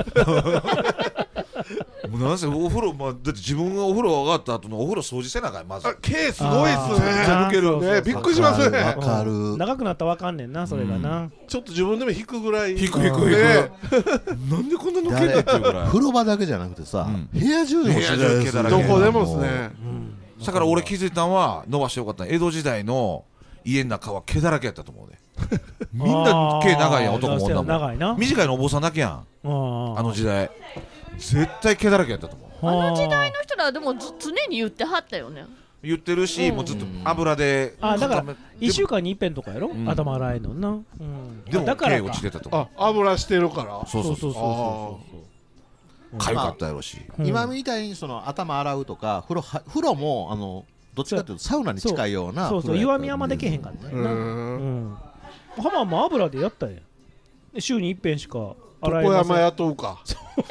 もうなんせお風呂、まあ、だって自分がお風呂上がった後のお風呂掃除せなあかんまず。 毛すごいっすね。抜けるね。びっくりしますね。 わかる。 長くなったらわかんねんなそれがな。 ちょっと自分でも引くぐらい。 引く引く引く。なんでこんな抜けんだっていうぐらい。 風呂場だけじゃなくてさ、部屋中にも毛だらけ。どこでもですね。 だから俺気づいたのは伸ばしてよかった。江戸時代の家の中は毛だらけやったと思うね。みんな毛長いやん男も女も。 長いな。 短いのお坊さんだけやん。あの時代。絶対毛だらけやったと思う。 あの時代の人らはでもず常に言ってはったよね。 言ってるし、うん、もうずっと油で。 あだからいっしゅうかんに一遍とかやろ、うん、頭洗えんのな、うん、 でも毛落ちてたと思う。 あ油してるからそうそうそうそうかゆかったやろし、 うん、今みたいにその頭洗うとか風呂は風呂もあのどっちかというとサウナに近いようなそうそう岩見山でけへんかったよな。うんハマも油でやったやん。週に一遍しか洗えません。 床山雇うか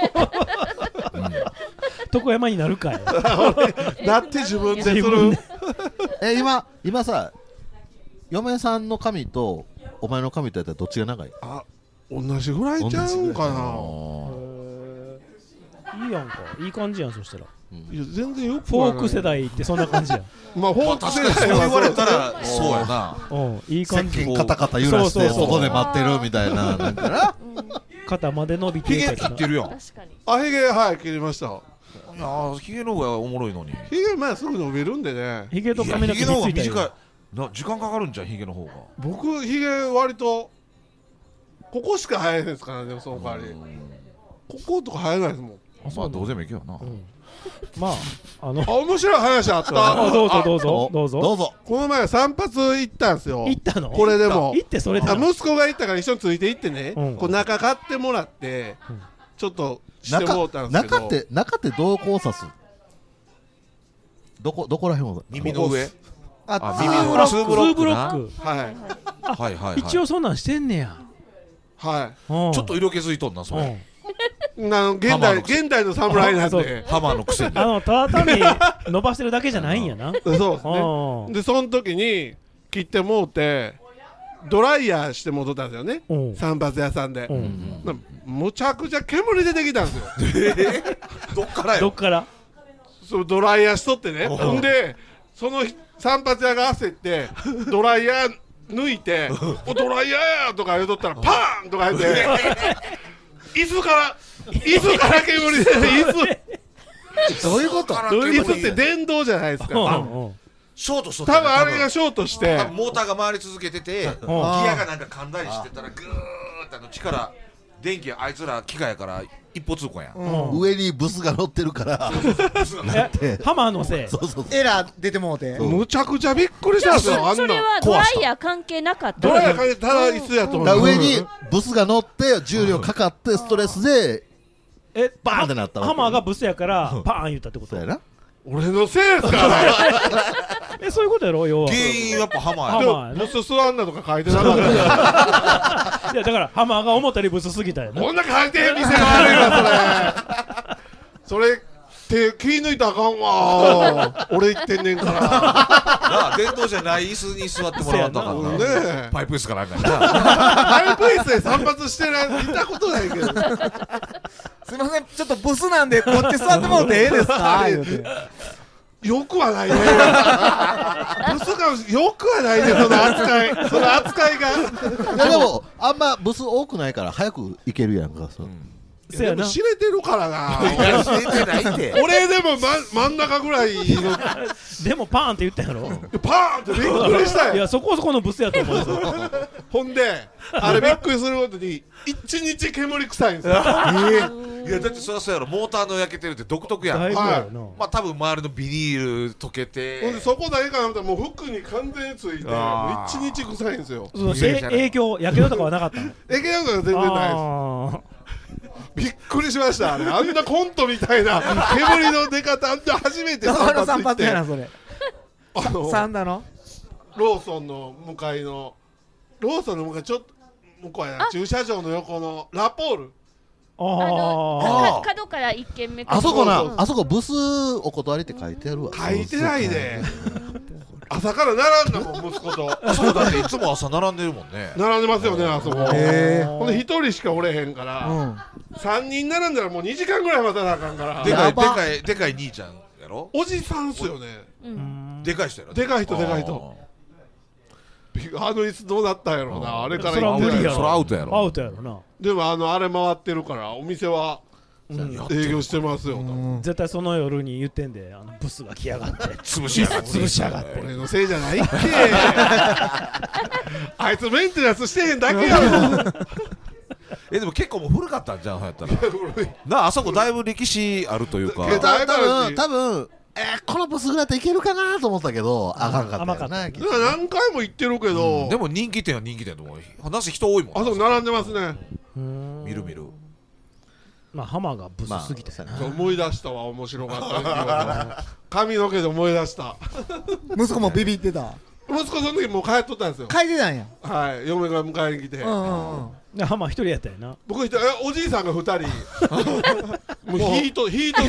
床山になるかいだって自分でするえ今今さ嫁さんの髪とお前の髪とやったらどっちが長い？ あ同じぐらいちゃうんかな。 いいやんかいい感じやん。そしたらいや全然よくフォーク世代ってそんな感じやんまあフォーク世代そう言われたらそうやな。 いい感じ。 石鹸カタカタ揺らして外で待ってるみたいななんかな肩まで伸びてヒゲ切ってるやん。 あヒゲはい切りました。 いやヒゲの方がおもろいのに。 ヒゲ前すぐ伸びるんでね。 ヒゲと髪の毛ヒゲの方が短いな。時間かかるんじゃんヒゲの方が。 僕ヒゲ割とここしか生えないですからね。でもその代わりこことか生えないですもん。 まあどうでもいいけどな。 まああの面白い話あった。 どうぞどうぞどうぞどうぞ。 この前散髪行ったんですよ。 行ったの？ これでも行ってそれで息子が行ったから一緒について行ってね、こう中買ってもらってちょっとしてもらったんですけど。 中って中ってどこを指す？どこどこら辺を？ 耳の上。 あ耳の裏ツーブロックな。 はいはいはい。 一応そんなんしてんねや。 はい。 ちょっと色気づいとんなそれ。 な現代現代の侍なんでハマーのくせにあのただ単に伸ばしてるだけじゃないんやな。 そうですね。でその時に切ってもうてドライヤーして戻ったんですよね。散髪屋さんでむちゃくちゃ煙出てきたんですよ。 どっからよ。 どっからそうドライヤーしとってね。ほんでその散髪屋が焦ってドライヤー抜いてドライヤーやとか言うとったらパーンとか言って椅子から椅子から煙出て椅子どういうこと？ 椅子って電動じゃないですか。 ショートしとった。 多分あれがショートしてモーターが回り続けててギアがなんか噛んだりしてたらグーってあの力電気あいつら機械やから一歩通行やん。 上にブスが乗ってるからハマーのせいエラー出てもうてむちゃくちゃびっくりしたんですよ。あんなそれはドライヤー関係なかった。 ドライヤー関係ただ椅子やと思う。 上にブスが乗って重量かかってストレスでえバーンってなったわけ。 ハマーがブスやからパーン言ったってことやな。 俺のせいですからえそういうことやろ。要は原因やっぱハマーや。 ハマーブススワンナとか書いてなかった。 いやだからハマーが思ったよりブスすぎたよな。 こんな書いてへん店が悪いわそれそれって気抜いたらあかんわ俺言ってんねんから電動じゃない椅子に座ってもらわんとあかんな。パイプ椅子かなんかにな。 パイプ椅子で散髪してない見たことないけどすいませんちょっとブスなんでこっち座ってもらってええですかよくはないねブスがよくはないねその扱いその扱いが。 いやでもあんまブス多くないから早くいけるやんか。 いやでも知れてるからな。 いや知れてないって。 俺でも、ま、真ん中ぐらいのでもパーンって言ったやろ。 パーンってびっくりしたよ。 いやそこそこのブスやと思うんですよ。 ほんであれびっくりすることに一日煙臭いんですよ。 いやだってそりゃそうやろ、モーターの焼けてるって独特やん。 だいぶやろな。 まあ多分周りのビニール溶けて、 ほんでそこだけかなと思ったらもう服に完全についてもう一日臭いんですよ。 そのえ影響やけどとかはなかったの？ 影響とかは全然ないです。びっくりしましたあれ。あんなコントみたいな煙の出方、あんな初めて散髪やなそれ。 あのサンダのローソンの向かいのローソンの向かいちょっと向こうやな、駐車場の横のラポール。 あの角から一軒目。 あそこな、あそこブスお断りって書いてあるわ。 書いてないで。朝から並んだもん息子と。 あそこだっていつも朝並んでるもんね。 並んでますよねあそこ。ほんで一人しかおれへんから三人並んだらもうにじかんぐらい待たなあかんから。 でかいでかいでかい兄ちゃんやろ。 おじさんっすよね。 でかい人やろ。 でかい人でかい人。あの椅子どうなったんやろうな、あれからそれは無理やろ。 それアウトやろ。 アウトやろな。 でもあのあれ回ってるからお店は営業してますよ。 絶対その夜に言ってんで、あのブスが来やがって潰しやがって潰しやがって。 俺のせいじゃないって。あいつメンテナンスしてへんだけやろ。 えでも結構もう古かったんじゃんやったら。なあそこだいぶ歴史あるというか。 多分多分。えー、このブスぐらいといけるかなと思ったけど、あかんかったよね。 何回も行ってるけど、 でも人気店は人気店と思う。話人多いもん。 あそこ並んでますね。 見る見る。 まあハマがブスすぎてさ、 思い出したわ、面白かった。髪の毛で思い出した。 息子もビビってた。 息子その時もう帰っとったんですよ。 帰ってたんや。 はい、嫁が迎えに来て。 でハマ一人やったよな。 僕一人、おじいさんが二人。もうヒートヒートった。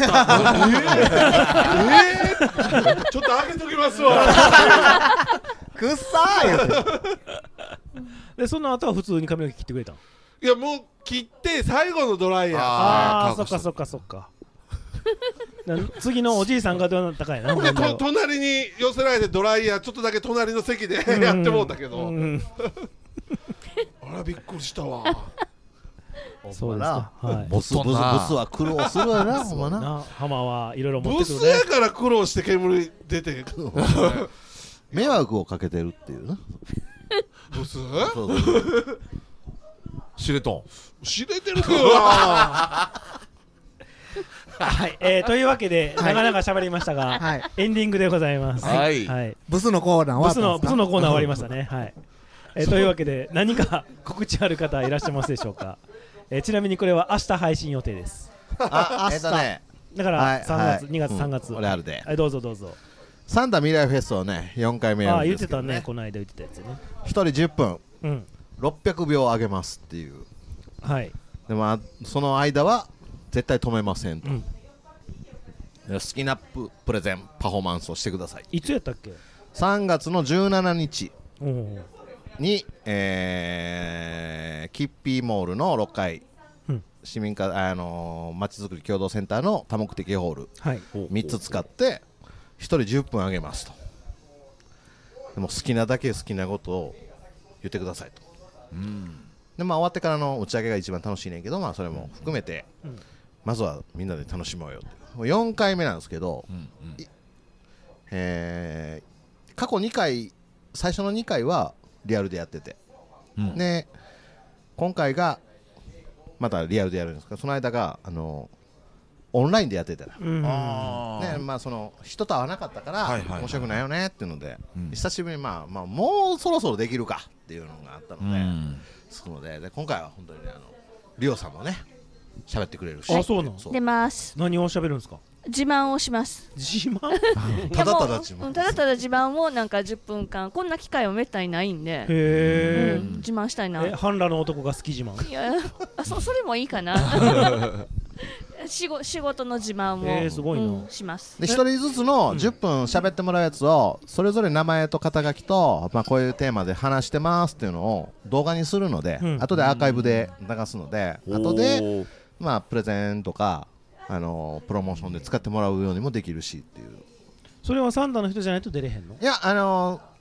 ええ、ちょっと開けときますわ。 くっさーい。 でその後は普通に髪の毛切ってくれたん？ いやもう切って最後のドライヤー。 ああそっかそっかそっか。次のおじいさんがどうなったかやな。 で隣に寄せられてドライヤーちょっとだけ隣の席でやってもうたけど。あらびっくりしたわ。 そうですか。 ボスボスボスは苦労するわな。ほんまな。 ハマはいろいろ持ってくるね。 ボスやから苦労して煙出て。 迷惑をかけてるっていうな。 ボス？ 知れとん。 知れてるけどな。 はい、えー、というわけで長々喋りましたが、はい、エンディングでございます。 はい、 はい、 ブスのコーナー終わったんですか？ ブスのブスのコーナー終わりましたね。はい。えー、というわけで何か告知ある方いらっしゃいますでしょうか。えー、ちなみにこれは明日配信予定です。 あ、えっとね。 だからさんがつ、にがつ、さんがつ。 俺あるで。 はい、どうぞどうぞ。 サンダ未来フェスをね、よんかいめやるんですけどね。 あ、言ってたね、この間言ってたやつね。 ひとりじゅっぷん、 うん、 ろっぴゃくびょう上げますっていう。 はい。 でもその間は絶対止めませんと。うん、好きな プ, プレゼンパフォーマンスをしてください。 いつやったっけ？ さんがつのじゅうしちにちに、えー、キッピーモールのろっかい、うん、市民課あのまちづくり共同センターの多目的ホール、はい、みっつ使ってひとりじゅっぷんあげますと。でも好きなだけ好きなことを言ってくださいと。うん、でまあ終わってからの打ち上げが一番楽しいねんけど、まあそれも含めて、うん、まずはみんなで楽しもうよって。よんかいめなんですけど、うんうん、えー、過去にかい最初のにかいはリアルでやってて、うん、で今回がまたリアルでやるんですけど、その間があのオンラインでやってたら、うんねまあ、その人と会わなかったから面白くないよねっていうので、うん、久しぶりに、まあまあ、もうそろそろできるかっていうのがあったので、うん、そのでで今回は本当に、ね、あのリオさんもね喋ってくれるし。 あ、そうなの。 出ます。 何を喋るんですか？ 自慢をします。 自慢？ ただただ自慢。 ただただ自慢をなんかじゅっぷんかん、こんな機会はめったにないんで。 へー、 うん、自慢したいな。 え、半裸の男が好き自慢？ いや、あ、そそれもいいかな。仕事仕事の自慢を、 えー、すごいな、 うん、します。 で一人ずつのじゅっぷん喋ってもらうやつをそれぞれ名前と肩書きと、まあ、こういうテーマで話してますっていうのを動画にするので、うん、後でアーカイブで流すので、うん、後でまあプレゼンとかあのプロモーションで使ってもらうようにもできるしっていう。 それはサンダの人じゃないと出れへんの？ いや、あの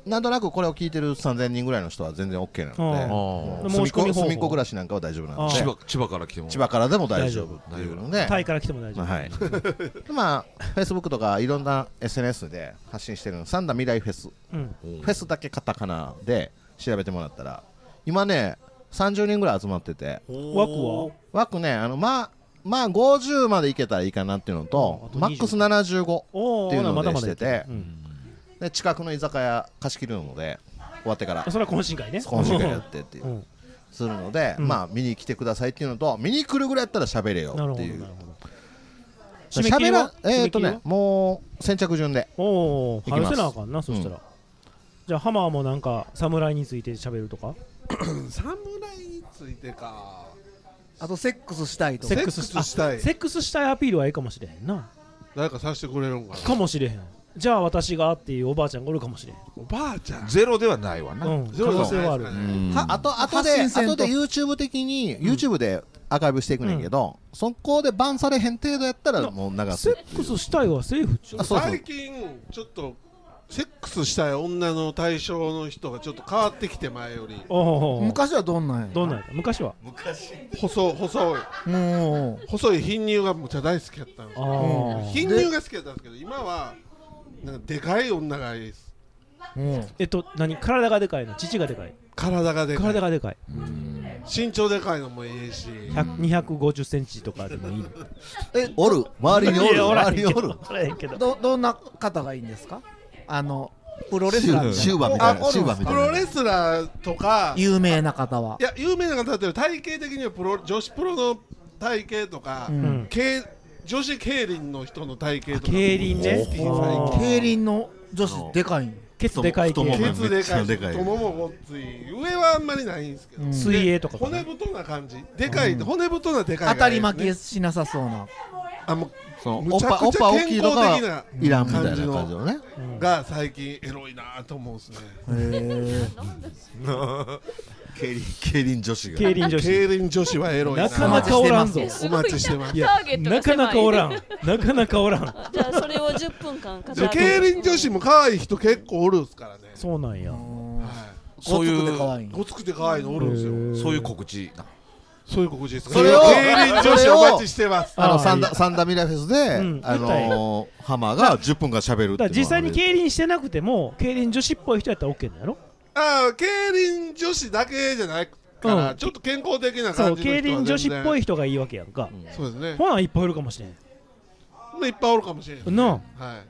なんとなくこれを聞いてるさんぜんにんぐらいの人は全然 OK なので、隅っこ隅っこ暮らしなんかは大丈夫なので、 千葉千葉から来ても千葉からでも大丈夫っていうので、 タイから来ても大丈夫。 はい。まあ Facebook とかいろんな エスエヌエス で発信してるのサンダ未来フェス、 うん、 フェスだけカタカナで調べてもらったら今ねさんじゅうにんぐらい集まってて、 枠は枠ねあのまあまあごじゅうまでいけたらいいかなっていうのと、マックスななじゅうごっていうのでしてて、で近くの居酒屋貸し切るので終わってからそれは懇親会ね懇親会やってっていう、うん、するので、うん、まあ見に来てくださいっていうのと、見に来るぐらいやったら喋れよっていう。喋らえっとねもう先着順でおお外せなあかんな。そしたら、うん、じゃあハマーもなんか侍について喋るとか侍についてか、 あとセックスしたいとセックスしたいセックスしたいアピールはいいかもしれへんな。 誰かさせてくれるんかなかもしれへん。じゃあ私がっていうおばあちゃんがおるかもしれん。 おばあちゃんゼロではないわな、 うん、可能性はある。 あとあとであとで YouTube 的に YouTube でアーカイブしていくねんけど、うん、そこでバンされへん程度やったらもう流す。 セックスしたいはセーフっちゃう。 最近ちょっとセックスしたい女の対象の人がちょっと変わってきて、前より。 昔はどんなんやどんなんや昔は昔細細いもう細い貧乳がむちゃ大好きやったんですよ。貧乳が好きやったんですけど、今はなんかでかい女がいいです。 えっと何体がでかいの父がでかい体がでかい体がでかい身長でかいのもいいしにひゃくごじゅっセンチとかでもいいの。 えおる周りにおる周りにおるどどんな方がいいんですか？あのプロレスラーシューバーみたいなシューバーみたいなプロレスラーとか有名な方は、 いや有名な方って体型的にはプロ女子プロの体型とか、うん、女子競輪の人の体型とか競輪ね競輪の女子でかいんケツでかい系ケツでかい太ももごっつい上はあんまりないんですけど、うん、 水泳とか骨太な感じでかい、うん、骨太なでかい、ね、 当たり負けしなさそうなあもうそのおっぱおっぱ大きいとかはいらんみたいな感じのねが最近エロいなと思うんですね。 へ競輪競輪女子が競輪女子競輪女子はエロいな。 なかなかおらんぞ。 お待ちしてます。 いやなかなかおらんなかなかおらん。 じゃあそれをじゅっぷんかん語る。 競輪女子も可愛い人結構おるんすからね。 そうなんや。 そういうごつくて可愛いのおるんですよ。 そういう告知そういう告知です。 それを競輪女子お待ちしてます。 あのサンダサンダ未来フェスで、うん、あのー、ハマーがじゅっぷん間喋るっていう。 実際に競輪してなくても競輪女子っぽい人やったら OK なんやろ。 ああ競輪女子だけじゃないから、うん、ちょっと健康的な感じの人はそう競輪女子っぽい人がいいわけやんか、 うん、そうですね。 ほないっぱいおるかもしれん。 いっぱいおるかもしれん、ね、 なあ、 はい、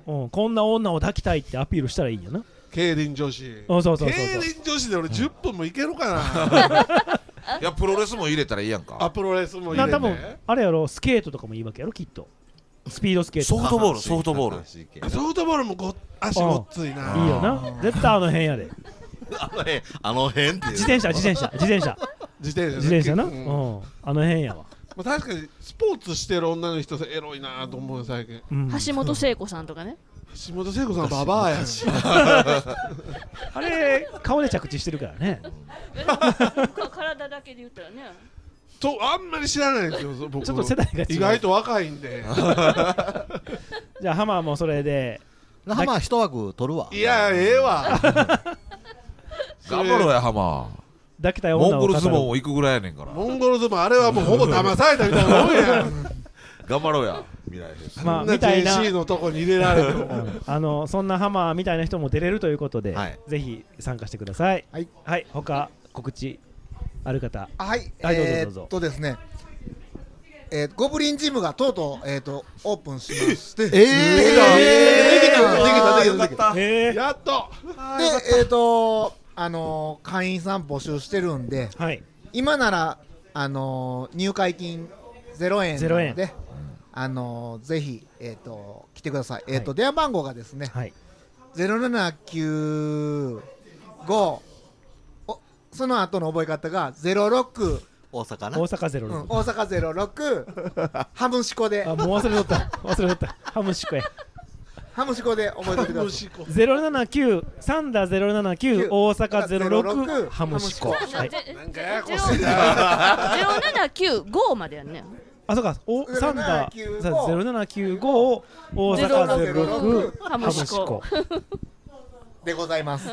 うん、こんな女を抱きたいってアピールしたらいいんやな。 競輪女子そうそうそうそう競輪女子で俺じゅっぷんもいけるかな。 いやプロレスも入れたらいいやんか。 あプロレスも入れて多分あれやろスケートとかもいいわけやろきっと。スピードスケートソフトボールソフトボールソフトボールもご足ごっついな。 いいよな絶対あの辺やで。 あの辺あの辺って自転車自転車自転車自転車自転車な、うん、あの辺やわ。 まあ、確かにスポーツしてる女の人エロいなと思う最近、 うん、橋本聖子さんとかね。 橋本聖子さんババアやしあれ顔で着地してるからね。 体だけで言ったらねとあんまり知らないんですよ僕。 ちょっと世代が違う。 意外と若いんでじゃあハマーもそれでハマー一枠取るわ。 いやええわ頑張ろうやハマー。 抱きたい女をモンゴル相撲も行くぐらいやねんから。 モンゴル相撲あれはもうほぼ騙されたみたいなもんや頑張ろうや未来です。 まあみたいなジェーシー のとこに入れられる、うん、 あのそんなハマーみたいな人も出れるということで、 はい、 ぜひ参加してください。はい、はい、他告知ある方。 はい、はい、 どうぞどうぞ。 えー、っとですね、えー、ゴブリンジムがとうとう、えー、とオープンしましてえー、できたできたできたできたえー、やっとでえー、っとあのー、会員さん募集してるんで、 はい、 今なら、あのー、入会金ゼロえんなので、あのー、ぜひ、えー、と来てください、はい、えー、と電話番号がですね、はい、ゼロななきゅうごおその後の覚え方がゼロろく大阪な大阪ゼロろく、 うん、大阪ゼロろくハムシコであもう忘れとった忘れとったハムシコやハムシコで覚えておいてください。 ゼロななきゅうサンダーゼロななきゅう大阪ゼロろくハムシコ。はい。 なんかややこしいな。 ゼロななきゅうごまでやんね。 あそうかおサンダーゼロななきゅうごを大阪ゼロろくハムシコでございます。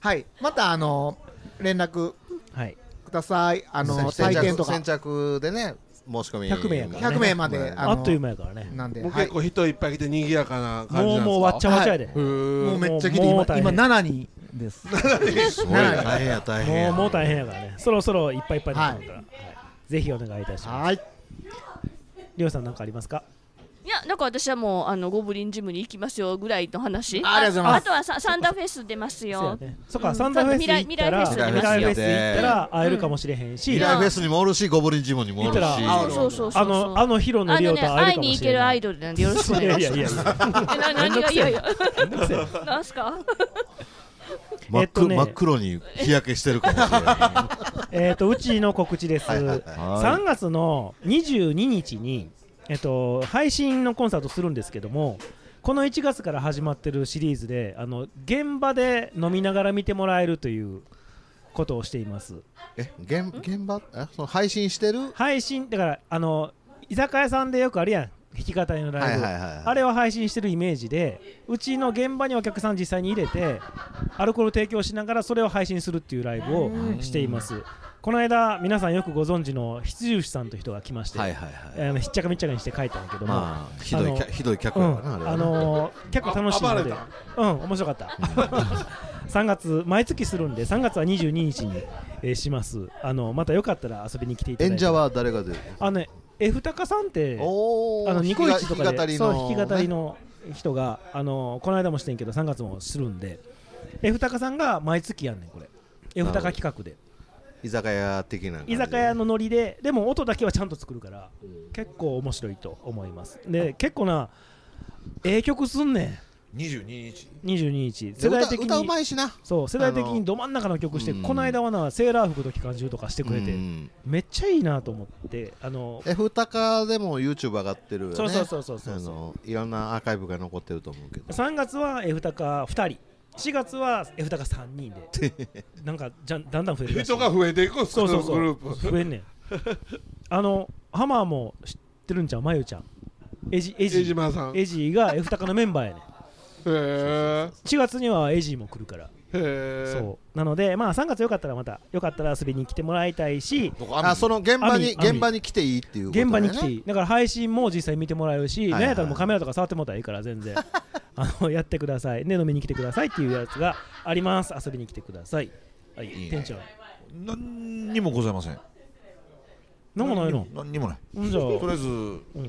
はいまたあの連絡はいください。あの採点とか先着でね申し込みひゃくめいやからねひゃくめいまであっという間やからね。 なんでもう結構人いっぱい来て賑やかな感じなんですか。 もうもうわっちゃわちゃやで。 もうめっちゃ来てもう今今大変ななにんですななにんすごい大変や大変やもうもう大変やからね。そろそろいっぱいいっぱいになってるから、はいぜひお願いいたします。 はい。 りょうさん何かありますか？ いや、だから私はもうあのゴブリンジムに行きますよぐらいの話。 ありがとうございます。 あとはササンダーフェス出ますよ。 そっか、サンダーフェス行ったら、 未来フェス行ったら会えるかもしれへんし、 未来フェスにもおるし、ゴブリンジムにもおるし、 あそうそうそう。 あのあのヒロのリオと会えるかもしれない。 会いに行けるアイドルなんでよろしくお願いします。いやいやいや。何がいやいや。なんすか？ 真っ黒真っ黒に日焼けしてるかもしれない。 えっとうちの告知です。さんがつのにじゅうににちに。えっと、配信のコンサートするんですけども、このいちがつから始まってるシリーズであの現場で飲みながら見てもらえるということをしています。 え 現, 現場えその配信してる配信だからあの居酒屋さんでよくあるやん弾き語りのライブ、はいはいはいはい、あれを配信してるイメージでうちの現場にお客さん実際に入れてアルコール提供しながらそれを配信するっていうライブをしています。この間皆さんよくご存知の必重視さんという人が来まして、はいはいはい、あのひっちゃかみっちゃかにして書いたんだけども、まあ、 ひどいひどい客やな、うん、あれは、ね、あのー、 結構楽しいのでうん面白かったさんがつ毎月するんでさんがつはにじゅうににちに、えー、します。あのまたよかったら遊びに来ていただいて。 演者は誰が出る？ あのねF高さんってあのニコイチとかで弾き語りの人があのこの間もしてんけどさんがつもするんで F高さんが毎月やんねんこれ F高企画で居酒屋的な居酒屋のノリででも音だけはちゃんと作るから、うん、結構面白いと思います。で結構なええ曲すんねんにじゅうににちにじゅうににち世代的に歌うまいしなそう世代的にど真ん中の曲して、この間はなセーラー服と機関銃とかしてくれて、めっちゃいいなと思ってあの F 高でも YouTube 上がってるよね。 そうそうそうそうそうあのいろんなアーカイブが残ってると思うけどさんがつは F 高ふたりしがつは F 高さんにんでなんかじゃだんだん増えるらしい。 人が増えていくんすか。 そうそうそうグループ増えんねんあのハマーも知ってるんちゃうまゆちゃんエジエジエジマさんエジが F 高のメンバーやねん。 へしがつにはエジも来るからへそうなのでまあさんがつよかったらまたよかったら遊びに来てもらいたいしあその現場に現場に来ていいっていうことだよね。 現場に来ていいだから配信も実際見てもらえるし、はいはい、何やったらもうカメラとか触ってもらったらいいから全然あのやってくださいね飲みに来てくださいっていうやつがあります。遊びに来てください。はいいい、ね、店長何にもございません。 何もないの？ 何にもない。 じゃあとりあえず、うん、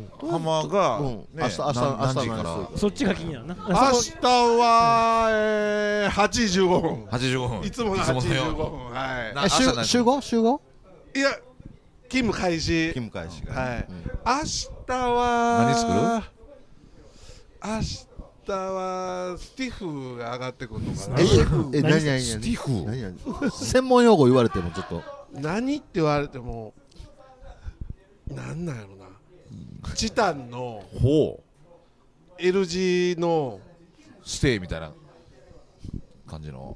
浜が、うんね、 明日明日何時からそっちが気になるな。 明日は、えー、はちじじゅうごふんはちじゅうごふんいつものはちじゅうごふんはい集集合集合いや勤務開始勤務開始が、 はい、うん、明日は何作る？ 明日はスティフが上がってくるのかな。 ええ何何何スティフ何何専門用語言われてもちょっと何って言われてもなんなんやろな。チタンの L 字のステイみたいな感じの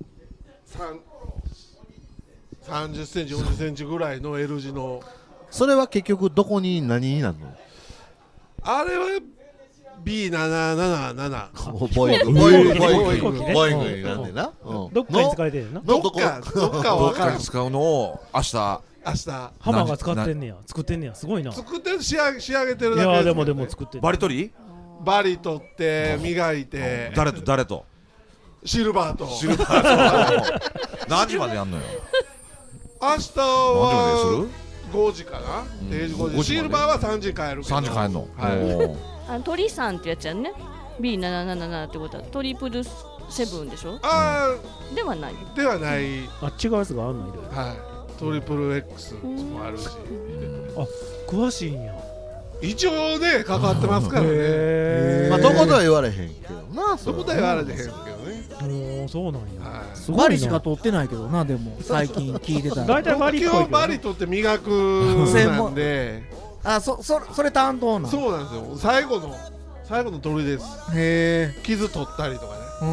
さんじゅっセンチよんじゅっセンチぐらいの L 字の。 それは結局どこに何になるの？ あれは ビーななななななボイングボイングボイングボイングになんでな。 どっかに使われてるな。 どっかどっかは分からん。 使うのを明日明日ハマーが使ってんねや作ってんねやすごいな。 作って仕上げ仕上げてるだけ。 いやでもでも作ってバリ取りバリ取って磨いて誰と誰とシルバーとシルバーと何時までやんのよ。 明日はごじかな定時ごじ。シルバーはさんじ帰るけどさんじ帰るの。 あの鳥さんってやつやんね ビーななななな ってことはトリプルセブンでしょ。 ああではないではない。 あ違うやつがあんのいろいろ。 はいトリプル X もあるし。 あ詳しいんや。 一応ね関わってますからね。 まあどこでは言われへんけどな。 どこでは言われへんけどね。 もうそうなんや。 バリしか取ってないけどな。でも最近聞いてたら大体バリっぽいけど。 基本バリ取って磨くなんで。 あそそそれ担当な。 そうなんですよ。最後の最後の鳥です。 へえ。 傷取ったりとかね。 うん。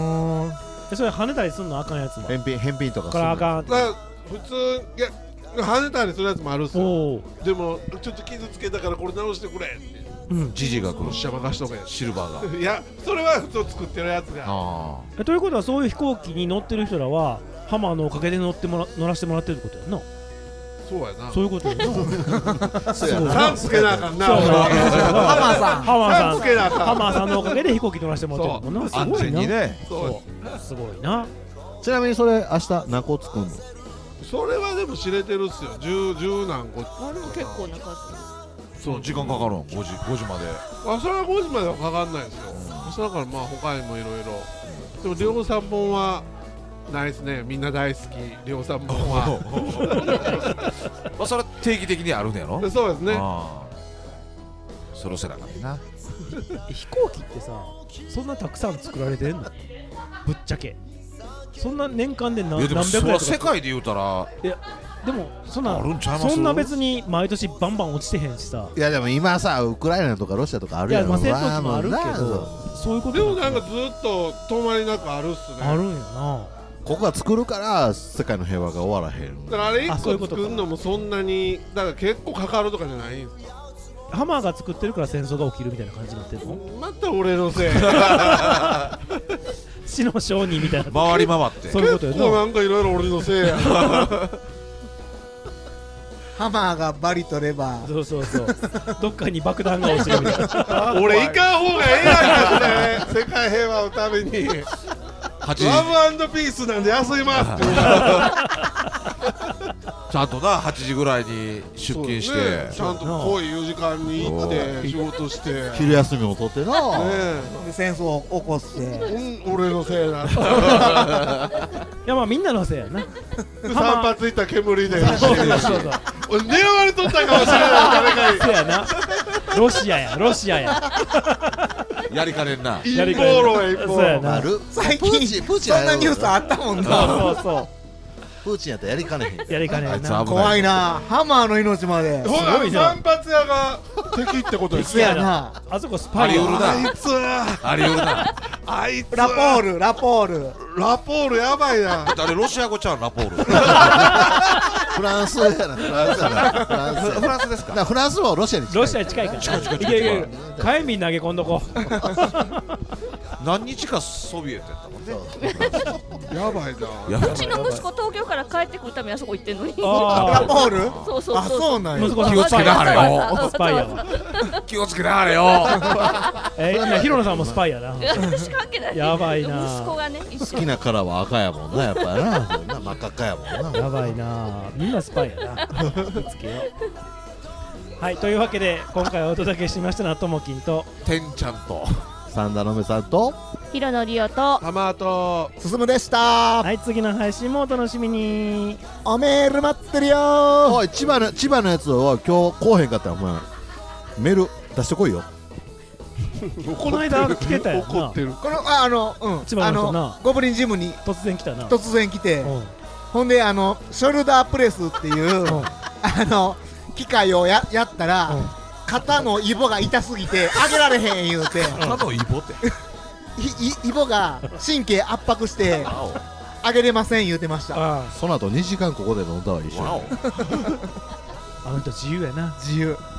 それ跳ねたりすんのあかんやつも。 返品返品とか。 これあかん。 普通いや跳ねたりするやつもあるっすよ。でもちょっと傷つけたからこれ直してくれって。 ジジが来る。 しゃばかしとけ。 シルバーが。 いやそれは普通作ってるやつが。 ということはそういう飛行機に乗ってる人らはハマーのおかげで乗ってもら乗らせてもらってるってことやな。 そうやな。 そういうことやな。 そうやな。さんつけなあかんな。 ハマーさん、ハマーさん、 さんつけなあかん。 ハマーさんのおかげで飛行機乗らせてもらってるもんな。 安全にね。 そう、すごいな。 ちなみにそれ明日何個作るの？ それはでも知れてるっすよ。十十何個。 あれも結構な数。 そう時間かかるのごじごじまで。 あそれはごじまではかかんないですよ。それだからまあ他にもいろいろ。でも両三本はないですね。みんな大好き両三本は。 まあそれは定期的にあるんやろ。 そうですね。 そろせなかったな。 飛行機ってさ、そんなたくさん作られてんの？ぶっちゃけ。そんな年間で何百台とか。 世界で言うたら。 いやでもそんなそんな別に毎年バンバン落ちてへんしさ。 いやでも今さウクライナとかロシアとかあるやろ。 いやまあ戦闘機もあるけど、そういうこと。 でもなんかずっと止まりなくあるっすね。 あるんやな。 ここが作るから世界の平和が終わらへん。 だからあれいっこ作るのもそんなにだから結構かかるとかじゃないんですか。 ハマーが作ってるから戦争が起きるみたいな感じになってるの？ また俺のせい。 死の商人みたいな。 回り回って。 そういうことやな。 結構なんかいろいろ俺のせいや。 ハマーがバリ取れば。 そうそうそう。どっかに爆弾が落ちるみたいな。 俺行かん方がええやんかね。世界平和のために。ラブ&ピースなんで休みますって。 ちゃんとなはちじぐらいに出勤して、 ね、ちゃんと濃いよじかんに行って仕事して昼休みも取ってな、 ね、で戦争を起こして、 うん、俺のせいだ。いやまあみんなのせいやな。 散髪いった煙でそうそうそう俺狙われとったかもしれない誰かに。 そうやな。ロシアやロシアや。 やりかねんな。 陰謀論や一方。 そうやな。 最近そんなニュースあったもんな。 そうそうそう。 プーチンやったらやりかねへん。 やりかねへんな。 怖いな。ハマーの命まで。 ほら散髪屋が敵ってことですやな。 あそこスパイ。 ありうるな。 あいつありうるな。 あいつラポールラポールラポールやばいな。 あれロシア語ちゃうラポール。 フランスやな。フランスやな。フランス。 フランスですか。 フランスもロシアに近い。 ロシアに近いから。 近い近い近い。いけいけ。火炎瓶投げ込んどこ。 何日かソビエトやったもんね。 やばいな。 うちの息子東京から帰ってくるためにあそこ行ってんのに。 ラポール？ そうそうそう。 あ、そうなんや。 息子気をつけなはれよ。 スパイやわ。 気をつけなはれよ。 えー、ヒロノさんもスパイやな。 私関係ない。 やばいな。 息子がね。 好きなカラーは赤やもんなやっぱりな。そんな真っ赤っかやもんな。 やばいな。みんなスパイやな。気をつけよう。はい、というわけで今回お届けしましたのはともきんとてんちゃんとサンダのめさんとヒロノリオとハマーと進むでした。 はい、次の配信もお楽しみに。 おメール待ってるよ。 おい千葉の千葉のやつは今日来へんかったらお前メール出してこいよ。 この間来てたよな。 怒ってる。 このああのうん千葉あの人なのゴブリンジムに突然来たな。 突然来て、 うんほんであのショルダープレスっていううんあの機械をややったら、 うん肩のイボが痛すぎて上げられへん言うて肩のイボっていいイボが神経圧迫して上げれません言うてました。 あその後にじかんここで飲んだわ一緒に。 あの人自由やな。 自由。